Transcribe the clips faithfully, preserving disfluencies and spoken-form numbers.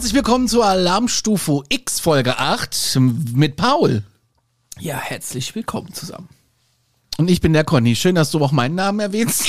Herzlich willkommen zur Alarmstufe X Folge acht mit Paul. Ja, herzlich willkommen zusammen. Und ich bin der Conny. Schön, dass du auch meinen Namen erwähnst.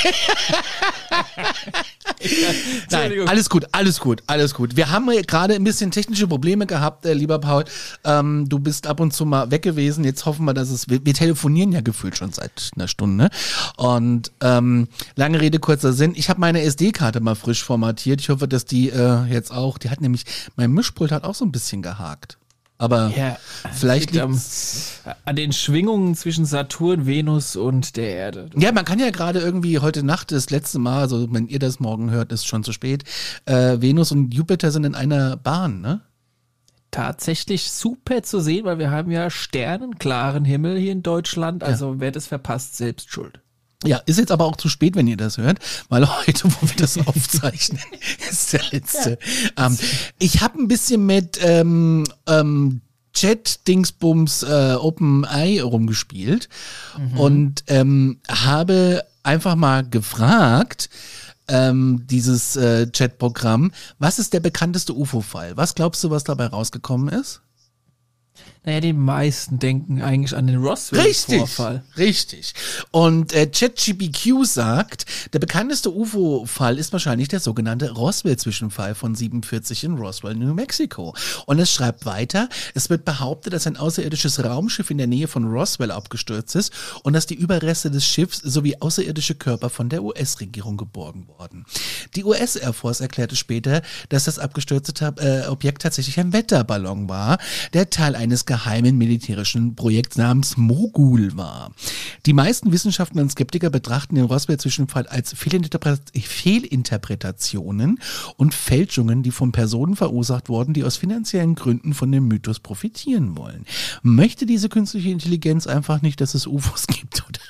Nein, alles gut, alles gut, alles gut. Wir haben gerade ein bisschen technische Probleme gehabt, äh, lieber Paul. Ähm, du bist ab und zu mal weg gewesen. Jetzt hoffen wir, dass es... Wir, wir telefonieren ja gefühlt schon seit einer Stunde. Und ähm, lange Rede, kurzer Sinn. Ich habe meine S D-Karte mal frisch formatiert. Ich hoffe, dass die äh, jetzt auch... Die hat nämlich... Mein Mischpult hat auch so ein bisschen gehakt. Aber ja, vielleicht liegt am, an den Schwingungen zwischen Saturn, Venus und der Erde. Ja, man kann ja gerade irgendwie heute Nacht das letzte Mal, also wenn ihr das morgen hört, ist schon zu spät, äh, Venus und Jupiter sind in einer Bahn, ne? Tatsächlich super zu sehen, weil wir haben ja sternenklaren Himmel hier in Deutschland, also ja. Wer das verpasst, selbst schuld. Ja, ist jetzt aber auch zu spät, wenn ihr das hört, weil heute, wo wir das aufzeichnen, ist der letzte. Ja. Ähm, ich habe ein bisschen mit ähm, ähm, Chat-Dingsbums äh, OpenAI rumgespielt mhm. und ähm, habe einfach mal gefragt, ähm, dieses äh, Chat-Programm, was ist der bekannteste U F O-Fall? Was glaubst du, was dabei rausgekommen ist? Naja, die meisten denken eigentlich an den Roswell-Vorfall. Richtig, richtig. Und äh, ChatGPT sagt, der bekannteste U F O-Fall ist wahrscheinlich der sogenannte Roswell-Zwischenfall von siebenundvierzig in Roswell, New Mexico. Und es schreibt weiter, es wird behauptet, dass ein außerirdisches Raumschiff in der Nähe von Roswell abgestürzt ist und dass die Überreste des Schiffs sowie außerirdische Körper von der U S-Regierung geborgen wurden. Die U S Air Force erklärte später, dass das abgestürzte äh, Objekt tatsächlich ein Wetterballon war, der Teil eines geheimen militärischen Projekts namens Mogul war. Die meisten Wissenschaftler und Skeptiker betrachten den Roswell-Zwischenfall als Fehlinterpre- Fehlinterpretationen und Fälschungen, die von Personen verursacht wurden, die aus finanziellen Gründen von dem Mythos profitieren wollen. Möchte diese künstliche Intelligenz einfach nicht, dass es U F Os gibt, oder?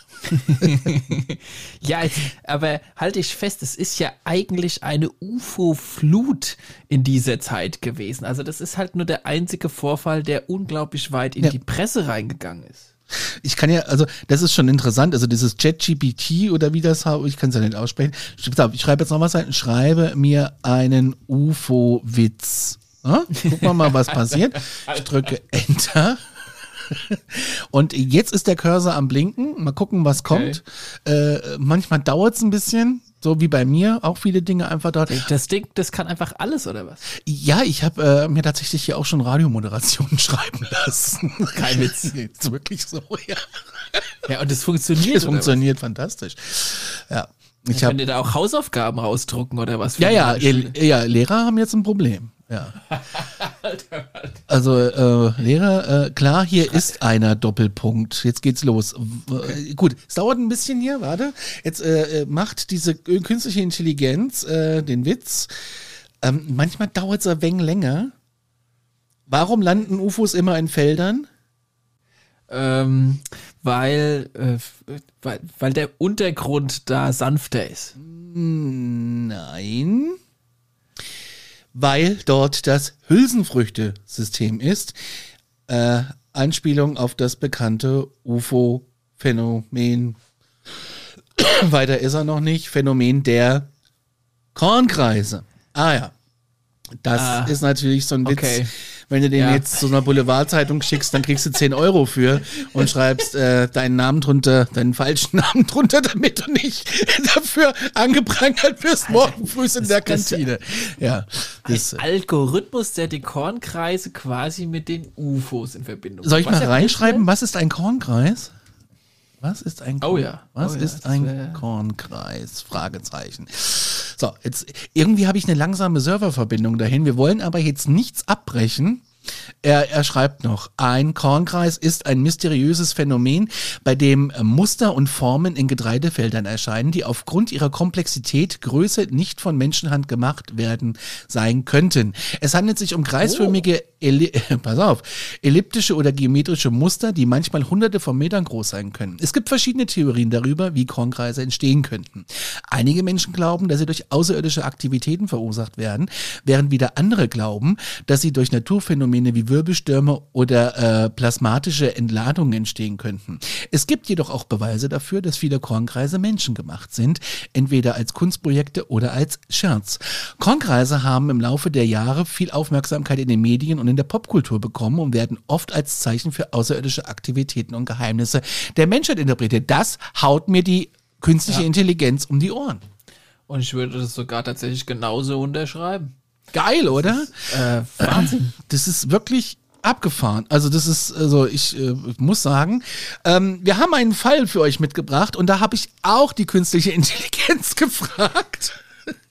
Ja, aber halte ich fest, es ist ja eigentlich eine U F O-Flut in dieser Zeit gewesen. Also das ist halt nur der einzige Vorfall, der unglaublich weit in ja. die Presse reingegangen ist. Ich kann ja, also das ist schon interessant, also dieses ChatGPT oder wie das, ich kann es ja nicht aussprechen. Ich schreibe jetzt noch was rein, schreibe mir einen U F O-Witz. Ja? Gucken wir mal, was passiert. Ich drücke Enter. Und jetzt ist der Cursor am Blinken. Mal gucken, was kommt. Okay. Äh, manchmal dauert es ein bisschen, so wie bei mir. Auch viele Dinge einfach dort. Das Ding, das kann einfach alles, oder was? Ja, ich habe äh, mir tatsächlich hier auch schon Radiomoderationen schreiben lassen. Kein Witz. Ist wirklich so, ja. Ja, und es funktioniert. Es funktioniert was? fantastisch. Ja. Ich hab, Könnt ihr da auch Hausaufgaben rausdrucken oder was? Ja, ja, ihr, ja, Lehrer haben jetzt ein Problem. Ja. Also äh, Lehrer, äh, klar, hier ist einer Doppelpunkt. Jetzt geht's los. Okay. Gut, es dauert ein bisschen hier, warte. Jetzt äh, macht diese künstliche Intelligenz äh, den Witz. Ähm, manchmal dauert es ein wenig länger. Warum landen U F Os immer in Feldern? Ähm, weil, äh, weil, weil der Untergrund da sanfter ist. Nein. Weil dort das Hülsenfrüchte-System ist. Äh, Anspielung auf das bekannte U F O-Phänomen. Weiter ist er noch nicht. Phänomen der Kornkreise. Ah ja. Das ah, ist natürlich so ein Witz. Okay. Wenn du den ja. jetzt zu einer Boulevardzeitung schickst, dann kriegst du zehn Euro für und schreibst äh, deinen Namen drunter, deinen falschen Namen drunter, damit du nicht dafür angeprangert wirst, morgen früh in der Kantine. Ja, das, ein Algorithmus, der die Kornkreise quasi mit den U F Os in Verbindung bringt. Soll ich mal reinschreiben, was ist ein Kornkreis? Was ist ein, Korn- oh ja. was oh ja, ist ein Kornkreis? Fragezeichen. So, jetzt irgendwie habe ich eine langsame Serververbindung dahin. Wir wollen aber jetzt nichts abbrechen. Er, er schreibt noch, ein Kornkreis ist ein mysteriöses Phänomen, bei dem Muster und Formen in Getreidefeldern erscheinen, die aufgrund ihrer Komplexität, Größe nicht von Menschenhand gemacht werden sein könnten. Es handelt sich um kreisförmige, oh. Elli- pass auf, elliptische oder geometrische Muster, die manchmal hunderte von Metern groß sein können. Es gibt verschiedene Theorien darüber, wie Kornkreise entstehen könnten. Einige Menschen glauben, dass sie durch außerirdische Aktivitäten verursacht werden, während wieder andere glauben, dass sie durch Naturphänomene Phänomene wie Wirbelstürme oder äh, plasmatische Entladungen entstehen könnten. Es gibt jedoch auch Beweise dafür, dass viele Kornkreise menschengemacht sind, entweder als Kunstprojekte oder als Scherz. Kornkreise haben im Laufe der Jahre viel Aufmerksamkeit in den Medien und in der Popkultur bekommen und werden oft als Zeichen für außerirdische Aktivitäten und Geheimnisse der Menschheit interpretiert. Das haut mir die künstliche ja. Intelligenz um die Ohren. Und ich würde das sogar tatsächlich genauso unterschreiben. Geil, oder? Das ist, äh, Wahnsinn. Das ist wirklich abgefahren. Also das ist, also ich äh, muss sagen, ähm, wir haben einen Fall für euch mitgebracht und da habe ich auch die künstliche Intelligenz gefragt.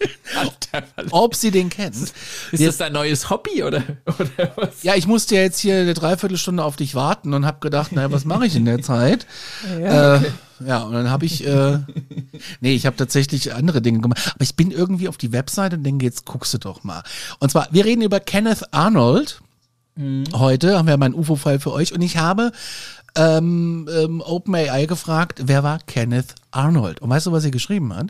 Ob sie den kennt. Ist das dein neues Hobby oder, oder was? Ja, ich musste ja jetzt hier eine Dreiviertelstunde auf dich warten und habe gedacht, naja, was mache ich in der Zeit? Ja, okay. äh, ja und dann habe ich, äh, nee, ich habe tatsächlich andere Dinge gemacht. Aber ich bin irgendwie auf die Webseite und denke, jetzt guckst du doch mal. Und zwar, wir reden über Kenneth Arnold. Mhm. Heute haben wir mal einen U F O-Fall für euch und ich habe ähm, ähm, OpenAI gefragt, wer war Kenneth Arnold? Und weißt du, was er geschrieben hat?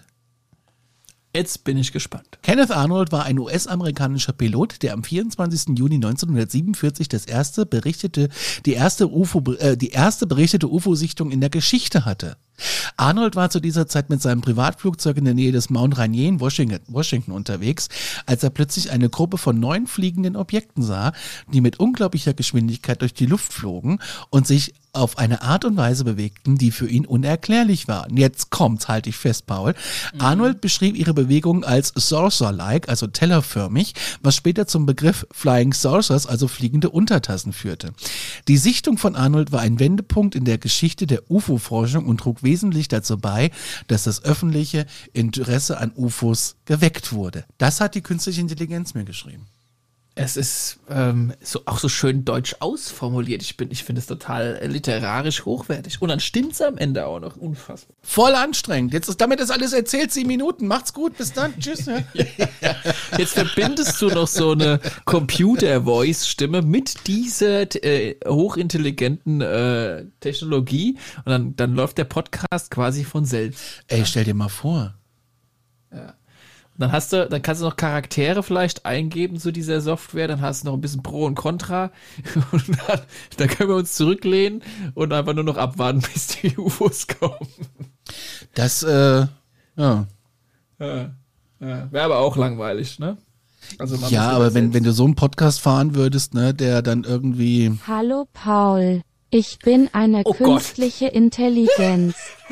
Jetzt bin ich gespannt. Kenneth Arnold war ein U S-amerikanischer Pilot, der am vierundzwanzigsten Juni neunzehnhundertsiebenundvierzig das erste berichtete, die erste U F O, äh, die erste berichtete U F O-Sichtung in der Geschichte hatte. Arnold war zu dieser Zeit mit seinem Privatflugzeug in der Nähe des Mount Rainier in Washington, Washington unterwegs, als er plötzlich eine Gruppe von neun fliegenden Objekten sah, die mit unglaublicher Geschwindigkeit durch die Luft flogen und sich auf eine Art und Weise bewegten, die für ihn unerklärlich war. Und jetzt kommt's, halte ich fest, Paul. Mhm. Arnold beschrieb ihre Bewegungen als saucer-like, also tellerförmig, was später zum Begriff Flying Saucers, also fliegende Untertassen, führte. Die Sichtung von Arnold war ein Wendepunkt in der Geschichte der U F O-Forschung und trug wesentlich dazu bei, dass das öffentliche Interesse an U F Os geweckt wurde. Das hat die künstliche Intelligenz mir geschrieben. Es ist ähm, so, auch so schön deutsch ausformuliert. Ich, bin, ich finde es total literarisch hochwertig. Und dann stimmt es am Ende auch noch. Unfassbar. Voll anstrengend. Jetzt ist damit das alles erzählt, sieben Minuten. Macht's gut, bis dann. Tschüss. Ja. Jetzt verbindest du noch so eine Computer-Voice-Stimme mit dieser äh, hochintelligenten äh, Technologie. Und dann, dann läuft der Podcast quasi von selbst. Ey, stell dir mal vor. Ja. Dann hast du, dann kannst du noch Charaktere vielleicht eingeben zu dieser Software, dann hast du noch ein bisschen Pro und Contra und dann, dann können wir uns zurücklehnen und einfach nur noch abwarten, bis die U F Os kommen. Das, äh, ja. ja, ja. Wäre aber auch langweilig, ne? Also man ja, aber wenn, wenn du so einen Podcast fahren würdest, ne, der dann irgendwie... Hallo Paul, ich bin eine oh künstliche Gott. Intelligenz.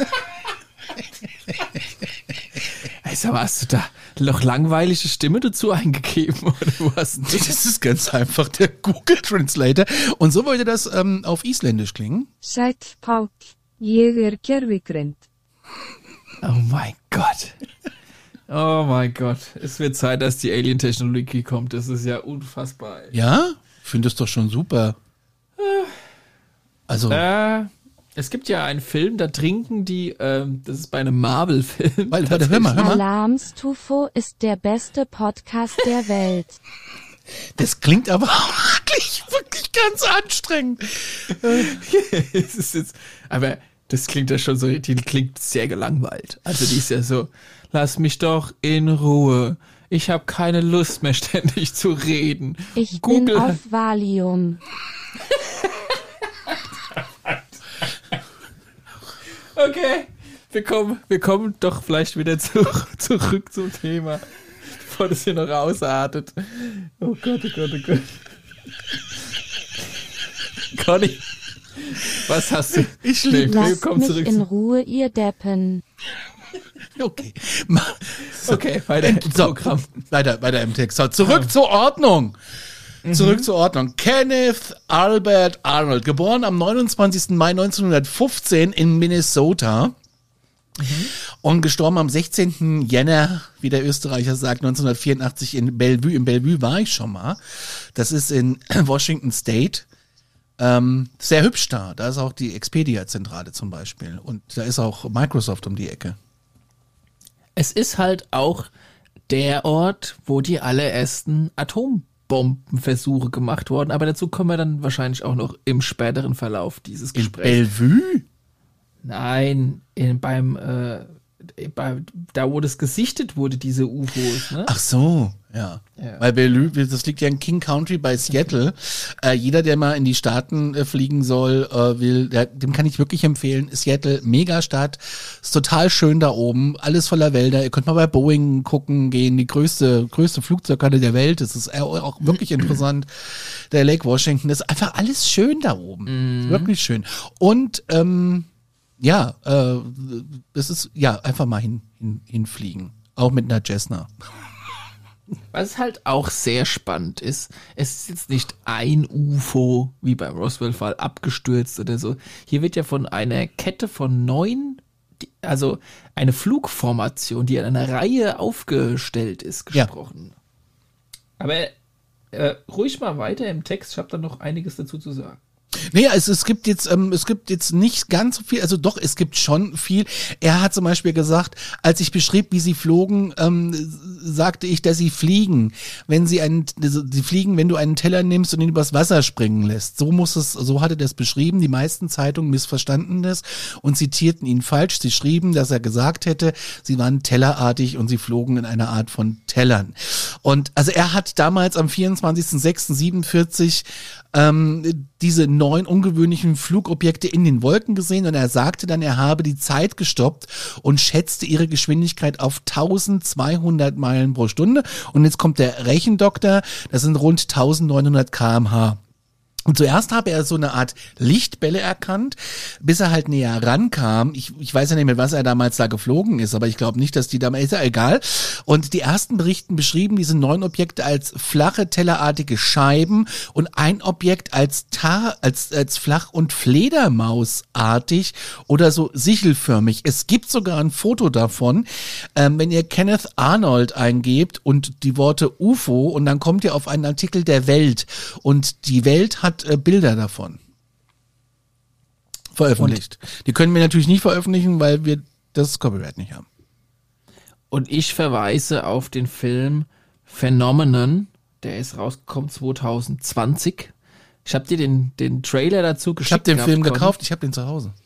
Also, hast du da noch langweilige Stimme dazu eingegeben? Oder was? Nee, das ist ganz einfach der Google Translator. Und so würde das ähm, auf Isländisch klingen. Sæll Páll, ég er gervigreind. Oh mein Gott. Oh mein Gott. Es wird Zeit, dass die Alien-Technologie kommt. Das ist ja unfassbar. Ey. Ja? Ich finde das doch schon super. Also... Äh, Es gibt ja einen Film, da trinken die, ähm, das ist bei einem Marvel-Film. Warte, warte, hör mal, hör mal. Alarmstufe ist der beste Podcast der Welt. Das klingt aber wirklich, wirklich ganz anstrengend. es ist jetzt, aber das klingt ja schon so, die klingt sehr gelangweilt. Also die ist ja so, lass mich doch in Ruhe. Ich habe keine Lust mehr, ständig zu reden. Ich Google. bin auf Valium. Okay, wir kommen, wir kommen doch vielleicht wieder zu, zurück zum Thema, bevor das hier noch ausartet. Oh Gott, oh Gott, oh Gott. Conny, was hast du? Ich liebe nee, Lasst mich zurück in Ruhe, ihr Deppen. Okay. Okay, weiter im so, Programm. Weiter, weiter im Text. So, zurück ja. zur Ordnung. Zurück mhm. zur Ordnung. Kenneth Albert Arnold, geboren am neunundzwanzigsten Mai neunzehnhundertfünfzehn in Minnesota mhm. und gestorben am sechzehnten Jänner, wie der Österreicher sagt, neunzehnhundertvierundachtzig in Bellevue. In Bellevue war ich schon mal. Das ist in Washington State. Ähm, sehr hübsch da. Da ist auch die Expedia-Zentrale zum Beispiel. Und da ist auch Microsoft um die Ecke. Es ist halt auch der Ort, wo die allerersten Atom Bombenversuche gemacht worden, aber dazu kommen wir dann wahrscheinlich auch noch im späteren Verlauf dieses Gesprächs. In Bellevue? Nein, in, beim äh, bei, da wo das gesichtet wurde, diese U F Os, ne? Ach so, ja. ja. Weil Bellevue, das liegt ja in King County bei Seattle. äh, jeder, der mal in die Staaten äh, fliegen soll, äh, will, der, dem kann ich wirklich empfehlen. Seattle, Megastadt, ist total schön da oben, alles voller Wälder. Ihr könnt mal bei Boeing gucken gehen, die größte, größte Flugzeughalle der Welt. Das ist auch wirklich interessant. Der Lake Washington, das ist einfach alles schön da oben. Mhm. Wirklich schön. Und, ähm, ja, äh, das ist, ja, einfach mal hin, hin, hinfliegen. Auch mit einer Cessna. Was halt auch sehr spannend ist, es ist jetzt nicht ein U F O, wie beim Roswell-Fall, abgestürzt oder so. Hier wird ja von einer Kette von neun, also eine Flugformation, die in einer Reihe aufgestellt ist, gesprochen. Ja. Aber äh, ruhig mal weiter im Text, ich habe da noch einiges dazu zu sagen. Nee, also es gibt jetzt, ähm, es gibt jetzt nicht ganz so viel, also doch, es gibt schon viel. Er hat zum Beispiel gesagt, als ich beschrieb, wie sie flogen, ähm, sagte ich, dass sie fliegen. Wenn sie einen, also sie fliegen, wenn du einen Teller nimmst und ihn übers Wasser springen lässt. So muss es, so hat er das beschrieben. Die meisten Zeitungen missverstanden das und zitierten ihn falsch. Sie schrieben, dass er gesagt hätte, sie waren tellerartig und sie flogen in einer Art von Tellern. Und also er hat damals am vierundzwanzigster sechster siebenundvierzig ähm, diese neun ungewöhnlichen Flugobjekte in den Wolken gesehen und er sagte dann, er habe die Zeit gestoppt und schätzte ihre Geschwindigkeit auf tausendzweihundert Meilen pro Stunde. Und jetzt kommt der Rechendoktor, das sind rund eintausendneunhundert Kilometer pro Stunde. Und zuerst habe er so eine Art Lichtbälle erkannt, bis er halt näher rankam. Ich, ich weiß ja nicht, mit was er damals da geflogen ist, aber ich glaube nicht, dass die damals, ist ja egal. Und die ersten Berichten beschrieben diese neun Objekte als flache, tellerartige Scheiben und ein Objekt als Tar, als, als flach und Fledermausartig oder so sichelförmig. Es gibt sogar ein Foto davon, ähm, wenn ihr Kenneth Arnold eingebt und die Worte U F O und dann kommt ihr auf einen Artikel der Welt und die Welt hat äh, Bilder davon veröffentlicht. Und die können wir natürlich nicht veröffentlichen, weil wir das Copyright nicht haben. Und ich verweise auf den Film Phenomenon, der ist rausgekommen zwanzig zwanzig. Ich habe dir den, den Trailer dazu geschickt. Ich habe den Film gekauft, ich habe den zu Hause.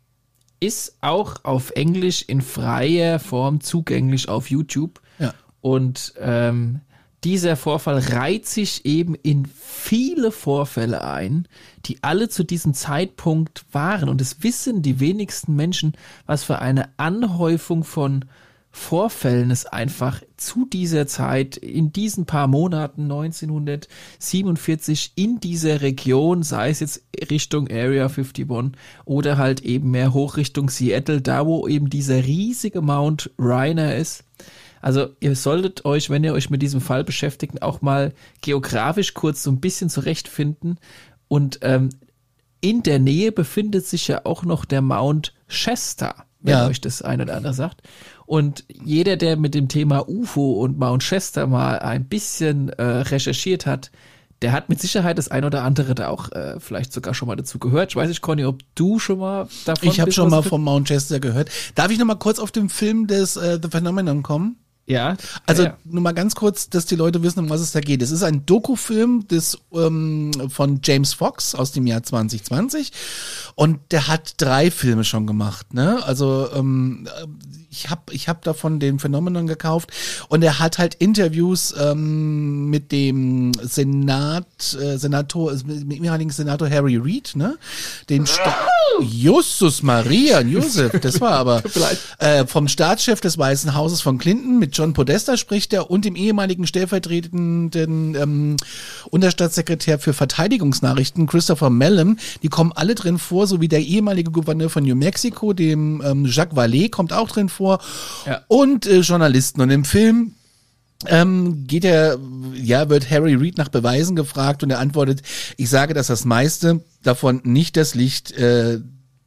Ist auch auf Englisch in freier Form zugänglich auf YouTube. Ja. Und ähm, dieser Vorfall reiht sich eben in viele Vorfälle ein, die alle zu diesem Zeitpunkt waren. Und es wissen die wenigsten Menschen, was für eine Anhäufung von Vorfällen es einfach zu dieser Zeit, in diesen paar Monaten neunzehnhundertsiebenundvierzig in dieser Region, sei es jetzt Richtung Area einundfünfzig oder halt eben mehr hoch Richtung Seattle, da wo eben dieser riesige Mount Rainier ist. Also ihr solltet euch, wenn ihr euch mit diesem Fall beschäftigt, auch mal geografisch kurz so ein bisschen zurechtfinden. Und ähm, in der Nähe befindet sich ja auch noch der Mount Shasta, wenn ja. euch das ein oder andere sagt. Und jeder, der mit dem Thema U F O und Mount Shasta mal ein bisschen äh, recherchiert hat, der hat mit Sicherheit das ein oder andere da auch äh, vielleicht sogar schon mal dazu gehört. Ich weiß nicht, Conny, ob du schon mal davon Ich habe schon mal vom Mount Shasta gehört. Darf ich noch mal kurz auf den Film des äh, The Phenomenon kommen? Ja. Also ja, ja. nur mal ganz kurz, dass die Leute wissen, um was es da geht. Es ist ein Dokufilm des ähm, von James Fox aus dem Jahr zwanzig zwanzig und der hat drei Filme schon gemacht. Ne? Also ähm, ich habe ich hab davon den Phenomenon gekauft und er hat halt Interviews ähm, mit dem Senat, äh, Senator, mit dem ehemaligen Senator Harry Reid, ne? Den Sta- Justus Maria Josef, das war aber äh, vom Staatschef des Weißen Hauses von Clinton, mit John Podesta spricht er und dem ehemaligen stellvertretenden ähm, Unterstaatssekretär für Verteidigungsnachrichten Christopher Mellon. Die kommen alle drin vor, sowie der ehemalige Gouverneur von New Mexico, dem ähm, Jacques Vallée, kommt auch drin vor. Ja. Und äh, Journalisten. Und im Film ähm, geht er, ja, wird Harry Reid nach Beweisen gefragt und er antwortet, ich sage, dass das meiste davon nicht das Licht, äh,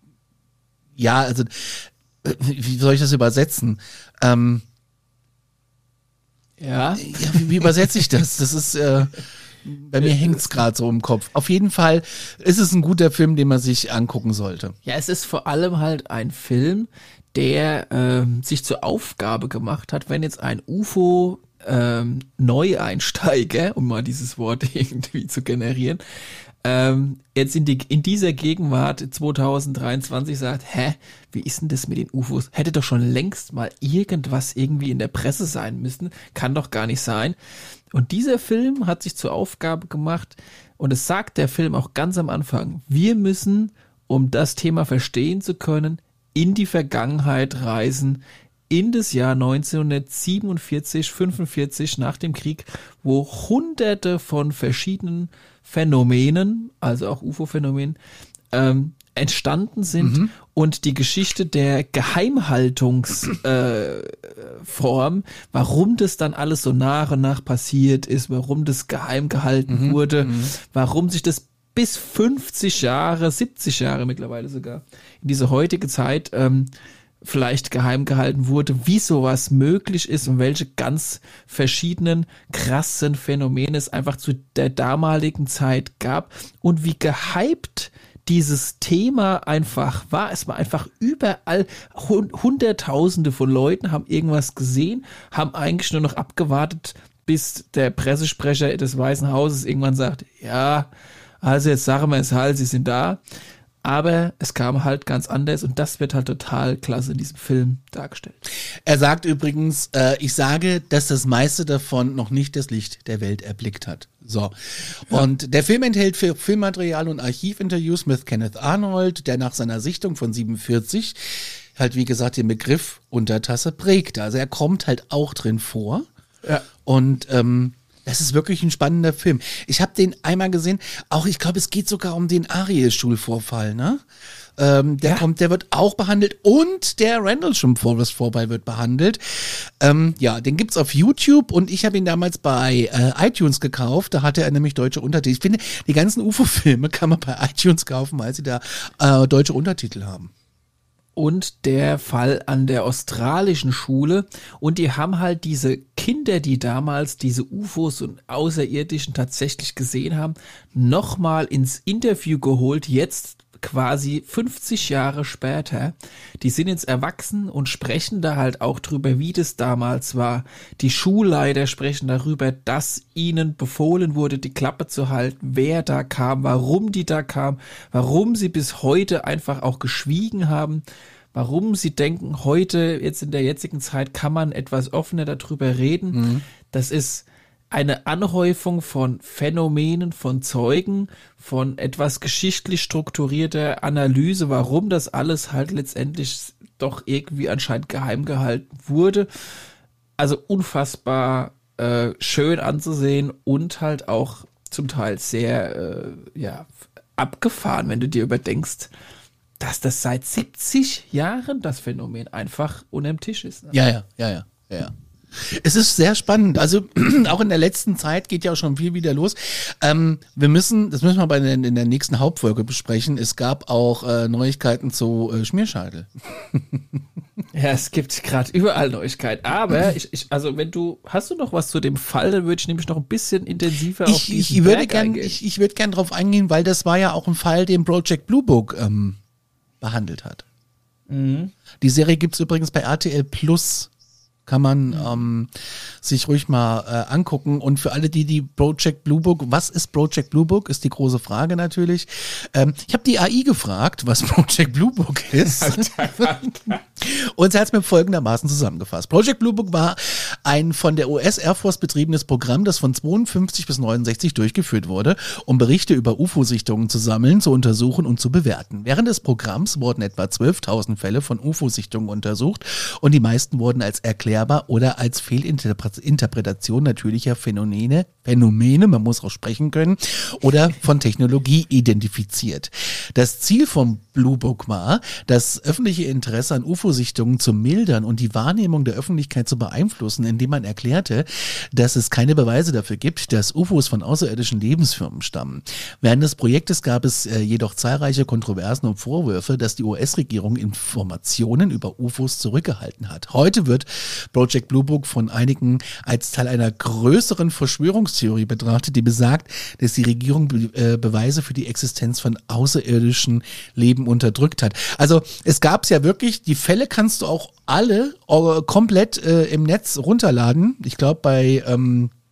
ja, also, äh, wie soll ich das übersetzen? Ähm, ja. ja wie, wie übersetze ich das? Das ist, äh, bei mir hängt's gerade so im Kopf. Auf jeden Fall ist es ein guter Film, den man sich angucken sollte. Ja, es ist vor allem halt ein Film, der ähm, sich zur Aufgabe gemacht hat, wenn jetzt ein U F O ähm, Neueinsteiger, um mal dieses Wort irgendwie zu generieren, ähm, jetzt in, die, in dieser Gegenwart zwanzig dreiundzwanzig sagt, hä, wie ist denn das mit den U F Os? Hätte doch schon längst mal irgendwas irgendwie in der Presse sein müssen. Kann doch gar nicht sein. Und dieser Film hat sich zur Aufgabe gemacht, und es sagt der Film auch ganz am Anfang, wir müssen, um das Thema verstehen zu können, in die Vergangenheit reisen, in das Jahr neunzehnhundertsiebenundvierzig, fünfundvierzig nach dem Krieg, wo hunderte von verschiedenen Phänomenen, also auch U F O-Phänomenen, ähm, entstanden sind mhm. und die Geschichte der Geheimhaltungsform, äh, warum das dann alles so nach und nach passiert ist, warum das geheim gehalten mhm. wurde, mhm. warum sich das bis fünfzig Jahre, siebzig Jahre mittlerweile sogar in diese heutige Zeit ähm, vielleicht geheim gehalten wurde, wie sowas möglich ist und welche ganz verschiedenen krassen Phänomene es einfach zu der damaligen Zeit gab und wie gehypt dieses Thema einfach war. Es war einfach überall, Hunderttausende von Leuten haben irgendwas gesehen, haben eigentlich nur noch abgewartet, bis der Pressesprecher des Weißen Hauses irgendwann sagt, ja, also jetzt sagen wir es halt, sie sind da. Aber es kam halt ganz anders und das wird halt total klasse in diesem Film dargestellt. Er sagt übrigens, äh, ich sage, dass das meiste davon noch nicht das Licht der Welt erblickt hat. So. Ja. Und der Film enthält Filmmaterial und Archivinterviews mit Kenneth Arnold, der nach seiner Sichtung von siebenundvierzig halt, wie gesagt, den Begriff Untertasse prägte. Also er kommt halt auch drin vor. Ja. Und ähm, das ist wirklich ein spannender Film. Ich habe den einmal gesehen, auch ich glaube, es geht sogar um den Ariel-Schulvorfall, ne? Ähm, der ja. kommt, der wird auch behandelt und der Rendlesham-Forest-Vorfall wird behandelt. Ähm, ja, den gibt's auf YouTube und ich habe ihn damals bei äh, iTunes gekauft, da hatte er nämlich deutsche Untertitel. Ich finde, die ganzen U F O-Filme kann man bei iTunes kaufen, weil sie da äh, deutsche Untertitel haben. Und der Fall an der australischen Schule. Und die haben halt diese Kinder, die damals diese U F Os und Außerirdischen tatsächlich gesehen haben, nochmal ins Interview geholt, jetzt quasi fünfzig Jahre später. Die sind jetzt erwachsen und sprechen da halt auch drüber, wie das damals war. Die Schulleiter sprechen darüber, dass ihnen befohlen wurde, die Klappe zu halten, wer da kam, warum die da kam, warum sie bis heute einfach auch geschwiegen haben, warum sie denken, heute, jetzt in der jetzigen Zeit, kann man etwas offener darüber reden. Mhm. Das ist eine Anhäufung von Phänomenen, von Zeugen, von etwas geschichtlich strukturierter Analyse, warum das alles halt letztendlich doch irgendwie anscheinend geheim gehalten wurde. Also unfassbar äh, schön anzusehen und halt auch zum Teil sehr äh, ja, abgefahren, wenn du dir überdenkst, dass das seit siebzig Jahren das Phänomen einfach unterm Tisch ist. Ne? Ja, ja, ja, ja, ja. Es ist sehr spannend. Also auch in der letzten Zeit geht ja auch schon viel wieder los. Ähm, wir müssen, das müssen wir bei der, in der nächsten Hauptfolge besprechen. Es gab auch äh, Neuigkeiten zu äh, Schmierscheitel. Ja, es gibt gerade überall Neuigkeiten. Aber ich, ich, also wenn du, hast du noch was zu dem Fall, dann würde ich nämlich noch ein bisschen intensiver ich, auf diesen ich würde Berg gern, eingehen. Ich, ich würde gern drauf eingehen, weil das war ja auch ein Fall, den Project Blue Book ähm, behandelt hat. Mhm. Die Serie gibt's übrigens bei R T L Plus. Kann man ähm, sich ruhig mal äh, angucken. Und für alle, die die Project Blue Book, was ist Project Blue Book, ist die große Frage natürlich. Ähm, ich habe die A I gefragt, was Project Blue Book ist. Und sie hat es mir folgendermaßen zusammengefasst. Project Blue Book war ein von der U S Air Force betriebenes Programm, das von zweiundfünfzig bis neunundsechzig durchgeführt wurde, um Berichte über U F O-Sichtungen zu sammeln, zu untersuchen und zu bewerten. Während des Programms wurden etwa zwölftausend Fälle von U F O-Sichtungen untersucht und die meisten wurden als erklärbar oder als Fehlinterpretation natürlicher Phänomene, Phänomene, man muss auch sprechen können, oder von Technologie identifiziert. Das Ziel vom Blue Book war, das öffentliche Interesse an U F O-Sichtungen zu mildern und die Wahrnehmung der Öffentlichkeit zu beeinflussen, indem man erklärte, dass es keine Beweise dafür gibt, dass U F Os von außerirdischen Lebensformen stammen. Während des Projektes gab es äh, jedoch zahlreiche Kontroversen und Vorwürfe, dass die U S-Regierung Informationen über U F Os zurückgehalten hat. Heute wird Project Blue Book von einigen als Teil einer größeren Verschwörungstheorie betrachtet, die besagt, dass die Regierung Be- äh, Beweise für die Existenz von außerirdischen Leben unterdrückt hat. Also es gab es ja wirklich, die Fälle kannst du auch alle äh, komplett äh, im Netz runterladen. Ich glaube bei ähm,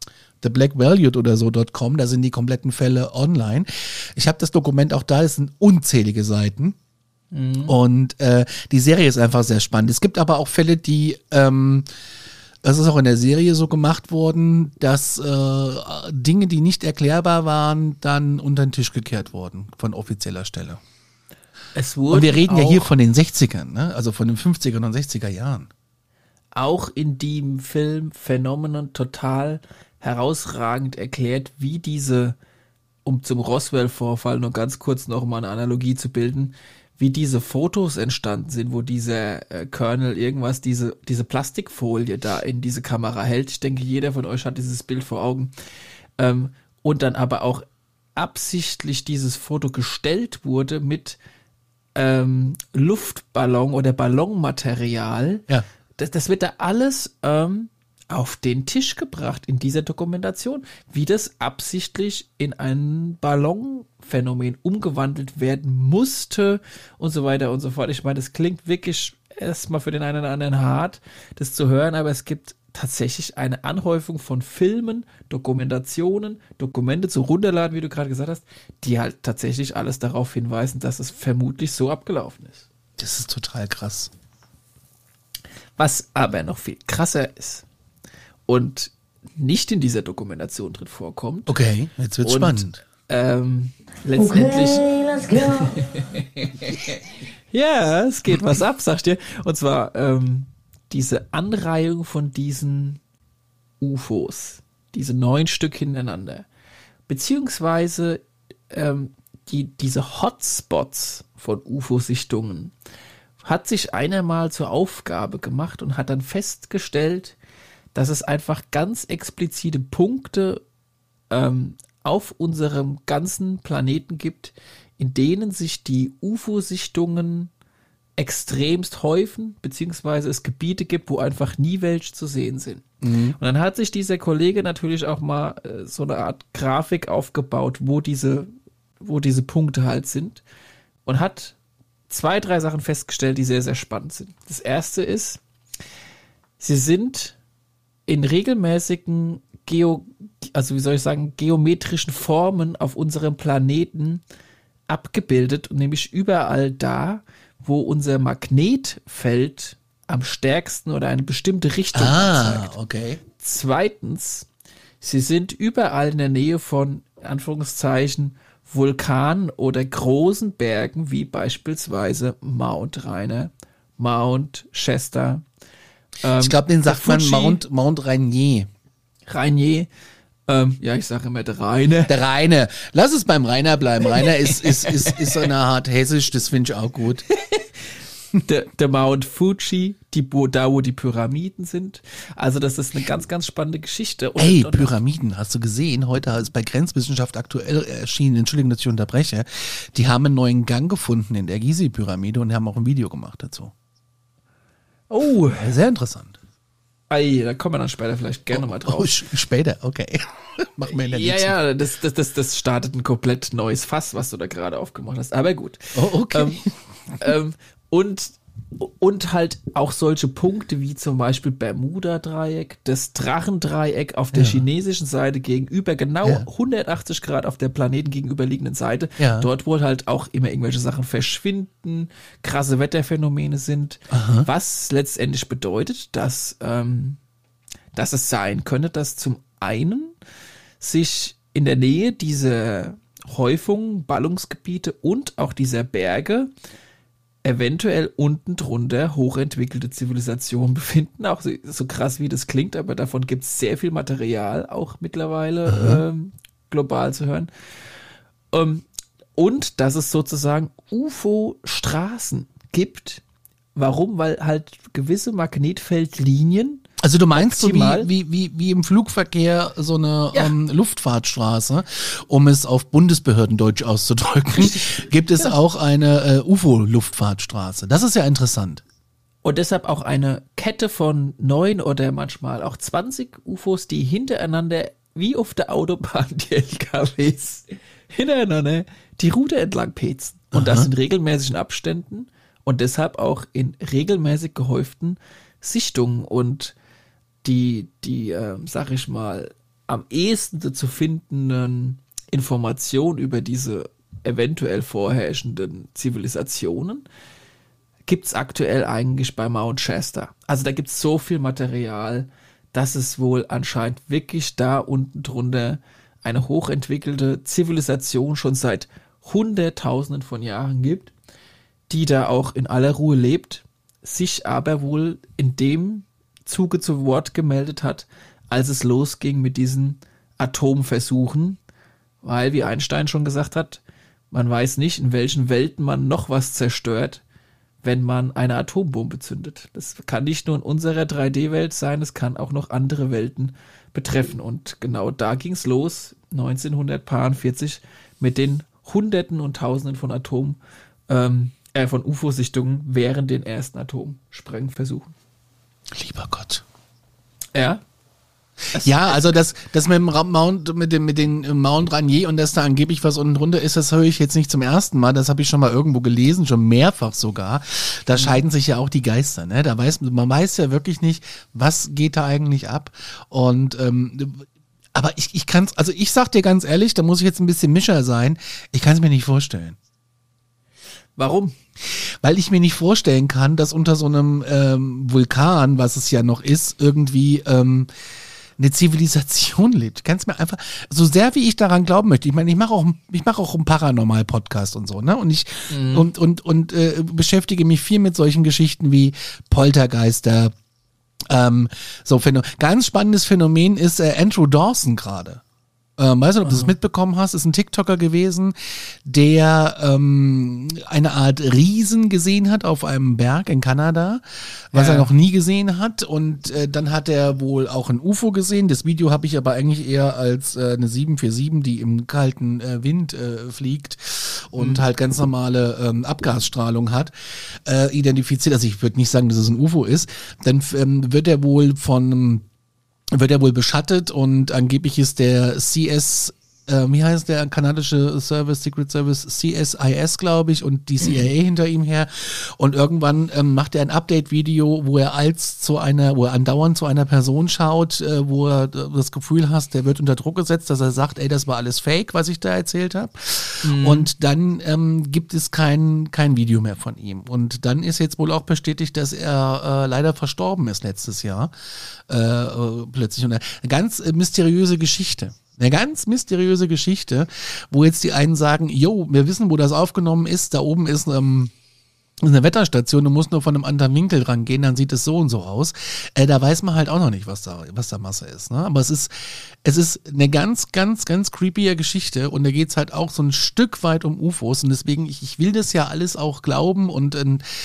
The Black Valued oder so .com, da sind die kompletten Fälle online. Ich habe das Dokument auch da, es sind unzählige Seiten. Mhm. Und äh, die Serie ist einfach sehr spannend. Es gibt aber auch Fälle, die, ähm, das ist auch in der Serie so gemacht worden, dass äh, Dinge, die nicht erklärbar waren, dann unter den Tisch gekehrt wurden von offizieller Stelle. Es und wir reden ja hier von den sechzigern, ne? Also von den fünfziger und sechziger Jahren. Auch in dem Film Phenomenon total herausragend erklärt, wie diese, um zum Roswell-Vorfall nur ganz kurz noch mal eine Analogie zu bilden, wie diese Fotos entstanden sind, wo dieser äh, Colonel irgendwas, diese, diese Plastikfolie da in diese Kamera hält. Ich denke, jeder von euch hat dieses Bild vor Augen. Ähm, und dann aber auch absichtlich dieses Foto gestellt wurde mit ähm, Luftballon oder Ballonmaterial. Ja. Das, das wird da alles ähm, auf den Tisch gebracht in dieser Dokumentation, wie das absichtlich in ein Ballonphänomen umgewandelt werden musste und so weiter und so fort. Ich meine, das klingt wirklich erstmal für den einen oder anderen hart, das zu hören, aber es gibt tatsächlich eine Anhäufung von Filmen, Dokumentationen, Dokumente zu runterladen, wie du gerade gesagt hast, die halt tatsächlich alles darauf hinweisen, dass es vermutlich so abgelaufen ist. Das ist total krass. Was aber noch viel krasser ist und nicht in dieser Dokumentation drin vorkommt. Okay, jetzt wird's und, spannend. Ähm, letztendlich. Okay, let's go. Ja, es geht was ab, sag ich dir. Und zwar ähm, diese Anreihung von diesen U F Os, diese neun Stück hintereinander, beziehungsweise ähm, die, diese Hotspots von U F O-Sichtungen, hat sich einer mal zur Aufgabe gemacht und hat dann festgestellt, dass es einfach ganz explizite Punkte ähm, auf unserem ganzen Planeten gibt, in denen sich die U F O-Sichtungen extremst häufen, beziehungsweise es Gebiete gibt, wo einfach nie welche zu sehen sind. Mhm. Und dann hat sich dieser Kollege natürlich auch mal äh, so eine Art Grafik aufgebaut, wo diese, wo diese Punkte halt sind, und hat zwei, drei Sachen festgestellt, die sehr, sehr spannend sind. Das erste ist, sie sind in regelmäßigen Geo, also wie soll ich sagen, geometrischen Formen auf unserem Planeten abgebildet, und nämlich überall da, wo unser Magnetfeld am stärksten oder eine bestimmte Richtung anzeigt. Ah, okay. Zweitens, sie sind überall in der Nähe von, in Anführungszeichen, Vulkanen oder großen Bergen, wie beispielsweise Mount Rainier, Mount Shasta. Ähm, ich glaube, den sagt man Fuji, Mount, Mount Rainier. Rainier. Ähm, ja, ich sage immer der Rainer. Der Rainer. Lass es beim Rainer bleiben. Rainer ist, ist, ist, ist so eine Art Hessisch, das finde ich auch gut. Der, der Mount Fuji, die, wo, da wo die Pyramiden sind. Also das ist eine ganz, ganz spannende Geschichte. Und, Ey, und, Pyramiden, hast du gesehen? Heute ist bei Grenzwissenschaft aktuell erschienen, Entschuldigung, dass ich unterbreche, die haben einen neuen Gang gefunden in der Gizeh-Pyramide und haben auch ein Video gemacht dazu. Oh. Sehr interessant. Ei, da kommen wir dann später vielleicht gerne oh, mal drauf. Oh, später, okay. Machen wir in der Ja, nächsten. ja, das, das, das, das startet ein komplett neues Fass, was du da gerade aufgemacht hast. Aber gut. Oh, okay. Ähm, ähm, und, und halt auch solche Punkte wie zum Beispiel Bermuda-Dreieck, das Drachendreieck auf der Ja. chinesischen Seite gegenüber, genau Ja. hundertachtzig Grad auf der Planeten gegenüberliegenden Seite. Ja. Dort, wo halt auch immer irgendwelche Sachen verschwinden, krasse Wetterphänomene sind, Aha. was letztendlich bedeutet, dass, ähm, dass es sein könnte, dass zum einen sich in der Nähe dieser Häufungen, Ballungsgebiete und auch dieser Berge eventuell unten drunter hochentwickelte Zivilisationen befinden, auch so, so krass wie das klingt, aber davon gibt es sehr viel Material auch mittlerweile ähm, global zu hören. Ähm, und dass es sozusagen U F O-Straßen gibt. Warum? Weil halt gewisse Magnetfeldlinien. Also du meinst so wie, Optimal. wie, wie, wie im Flugverkehr so eine Ja. ähm, Luftfahrtstraße, um es auf Bundesbehördendeutsch auszudrücken, gibt es Genau. auch eine äh, U F O-Luftfahrtstraße. Das ist ja interessant. Und deshalb auch eine Kette von neun oder manchmal auch zwanzig U F Os, die hintereinander, wie auf der Autobahn, die L K Ws, hintereinander die Route entlang petzen. Und das in regelmäßigen Abständen und deshalb auch in regelmäßig gehäuften Sichtungen. Und die, die, äh, sag ich mal, am ehesten zu findenden Informationen über diese eventuell vorherrschenden Zivilisationen gibt es aktuell eigentlich bei Mount Shasta. Also da gibt es so viel Material, dass es wohl anscheinend wirklich da unten drunter eine hochentwickelte Zivilisation schon seit Hunderttausenden von Jahren gibt, die da auch in aller Ruhe lebt, sich aber wohl in dem Zuge zu Wort gemeldet hat, als es losging mit diesen Atomversuchen, weil, wie Einstein schon gesagt hat, man weiß nicht, in welchen Welten man noch was zerstört, wenn man eine Atombombe zündet. Das kann nicht nur in unserer drei D-Welt sein, es kann auch noch andere Welten betreffen. Und genau da ging es los, neunzehnhundertvierzig, mit den Hunderten und Tausenden von Atom, ähm, äh, von U F O-Sichtungen während den ersten Atomsprengversuchen. Lieber Gott. Ja. Das ja, also das, das mit dem Mount, mit dem, mit den Mount Rainier und dass da angeblich was unten drunter ist, das höre ich jetzt nicht zum ersten Mal. Das habe ich schon mal irgendwo gelesen, schon mehrfach sogar. Da mhm. scheiden sich ja auch die Geister, ne? Da weiß man weiß ja wirklich nicht, was geht da eigentlich ab. Und ähm, aber ich, ich kann's, also ich sag dir ganz ehrlich, da muss ich jetzt ein bisschen Mischer sein. Ich kann es mir nicht vorstellen. Warum? Weil ich mir nicht vorstellen kann, dass unter so einem ähm, Vulkan, was es ja noch ist, irgendwie ähm, eine Zivilisation lebt. Du kannst mir einfach, so sehr wie ich daran glauben möchte, ich meine, ich mache auch, ich mache auch einen Paranormal-Podcast und so, ne? Und ich mhm. und und und äh, beschäftige mich viel mit solchen Geschichten wie Poltergeister. Ähm, so Phänomen. Ganz spannendes Phänomen ist äh, Andrew Dawson gerade. Ähm, weiß nicht, ob du das mitbekommen hast, ist ein TikToker gewesen, der ähm, eine Art Riesen gesehen hat auf einem Berg in Kanada, was ja. er noch nie gesehen hat, und äh, dann hat er wohl auch ein U F O gesehen. Das Video habe ich aber eigentlich eher als äh, eine sieben vier sieben, die im kalten äh, Wind äh, fliegt und mhm. halt ganz normale ähm, Abgasstrahlung hat, äh, identifiziert. Also ich würde nicht sagen, dass es ein U F O ist. Dann ähm, wird er wohl von wird er wohl beschattet und angeblich ist der C S, äh, wie heißt der kanadische Service, Secret Service, C S I S, glaube ich, und die C I A hinter ihm her. Und irgendwann ähm, macht er ein Update-Video, wo er als zu einer, wo er andauernd zu einer Person schaut, äh, wo er das Gefühl hat, der wird unter Druck gesetzt, dass er sagt, ey, das war alles Fake, was ich da erzählt habe. Mhm. Und dann ähm, gibt es kein kein Video mehr von ihm. Und dann ist jetzt wohl auch bestätigt, dass er äh, leider verstorben ist letztes Jahr. Äh, plötzlich. Und eine ganz äh, mysteriöse Geschichte. Eine ganz mysteriöse Geschichte, wo jetzt die einen sagen, jo, wir wissen, wo das aufgenommen ist, da oben ist ähm, eine Wetterstation, du musst nur von einem anderen Winkel rangehen, dann sieht es so und so aus. Äh, da weiß man halt auch noch nicht, was da, was da Masse ist. Ne? Aber es ist, es ist eine ganz, ganz, ganz creepige Geschichte, und da geht's halt auch so ein Stück weit um U F Os, und deswegen, ich, ich will das ja alles auch glauben, und,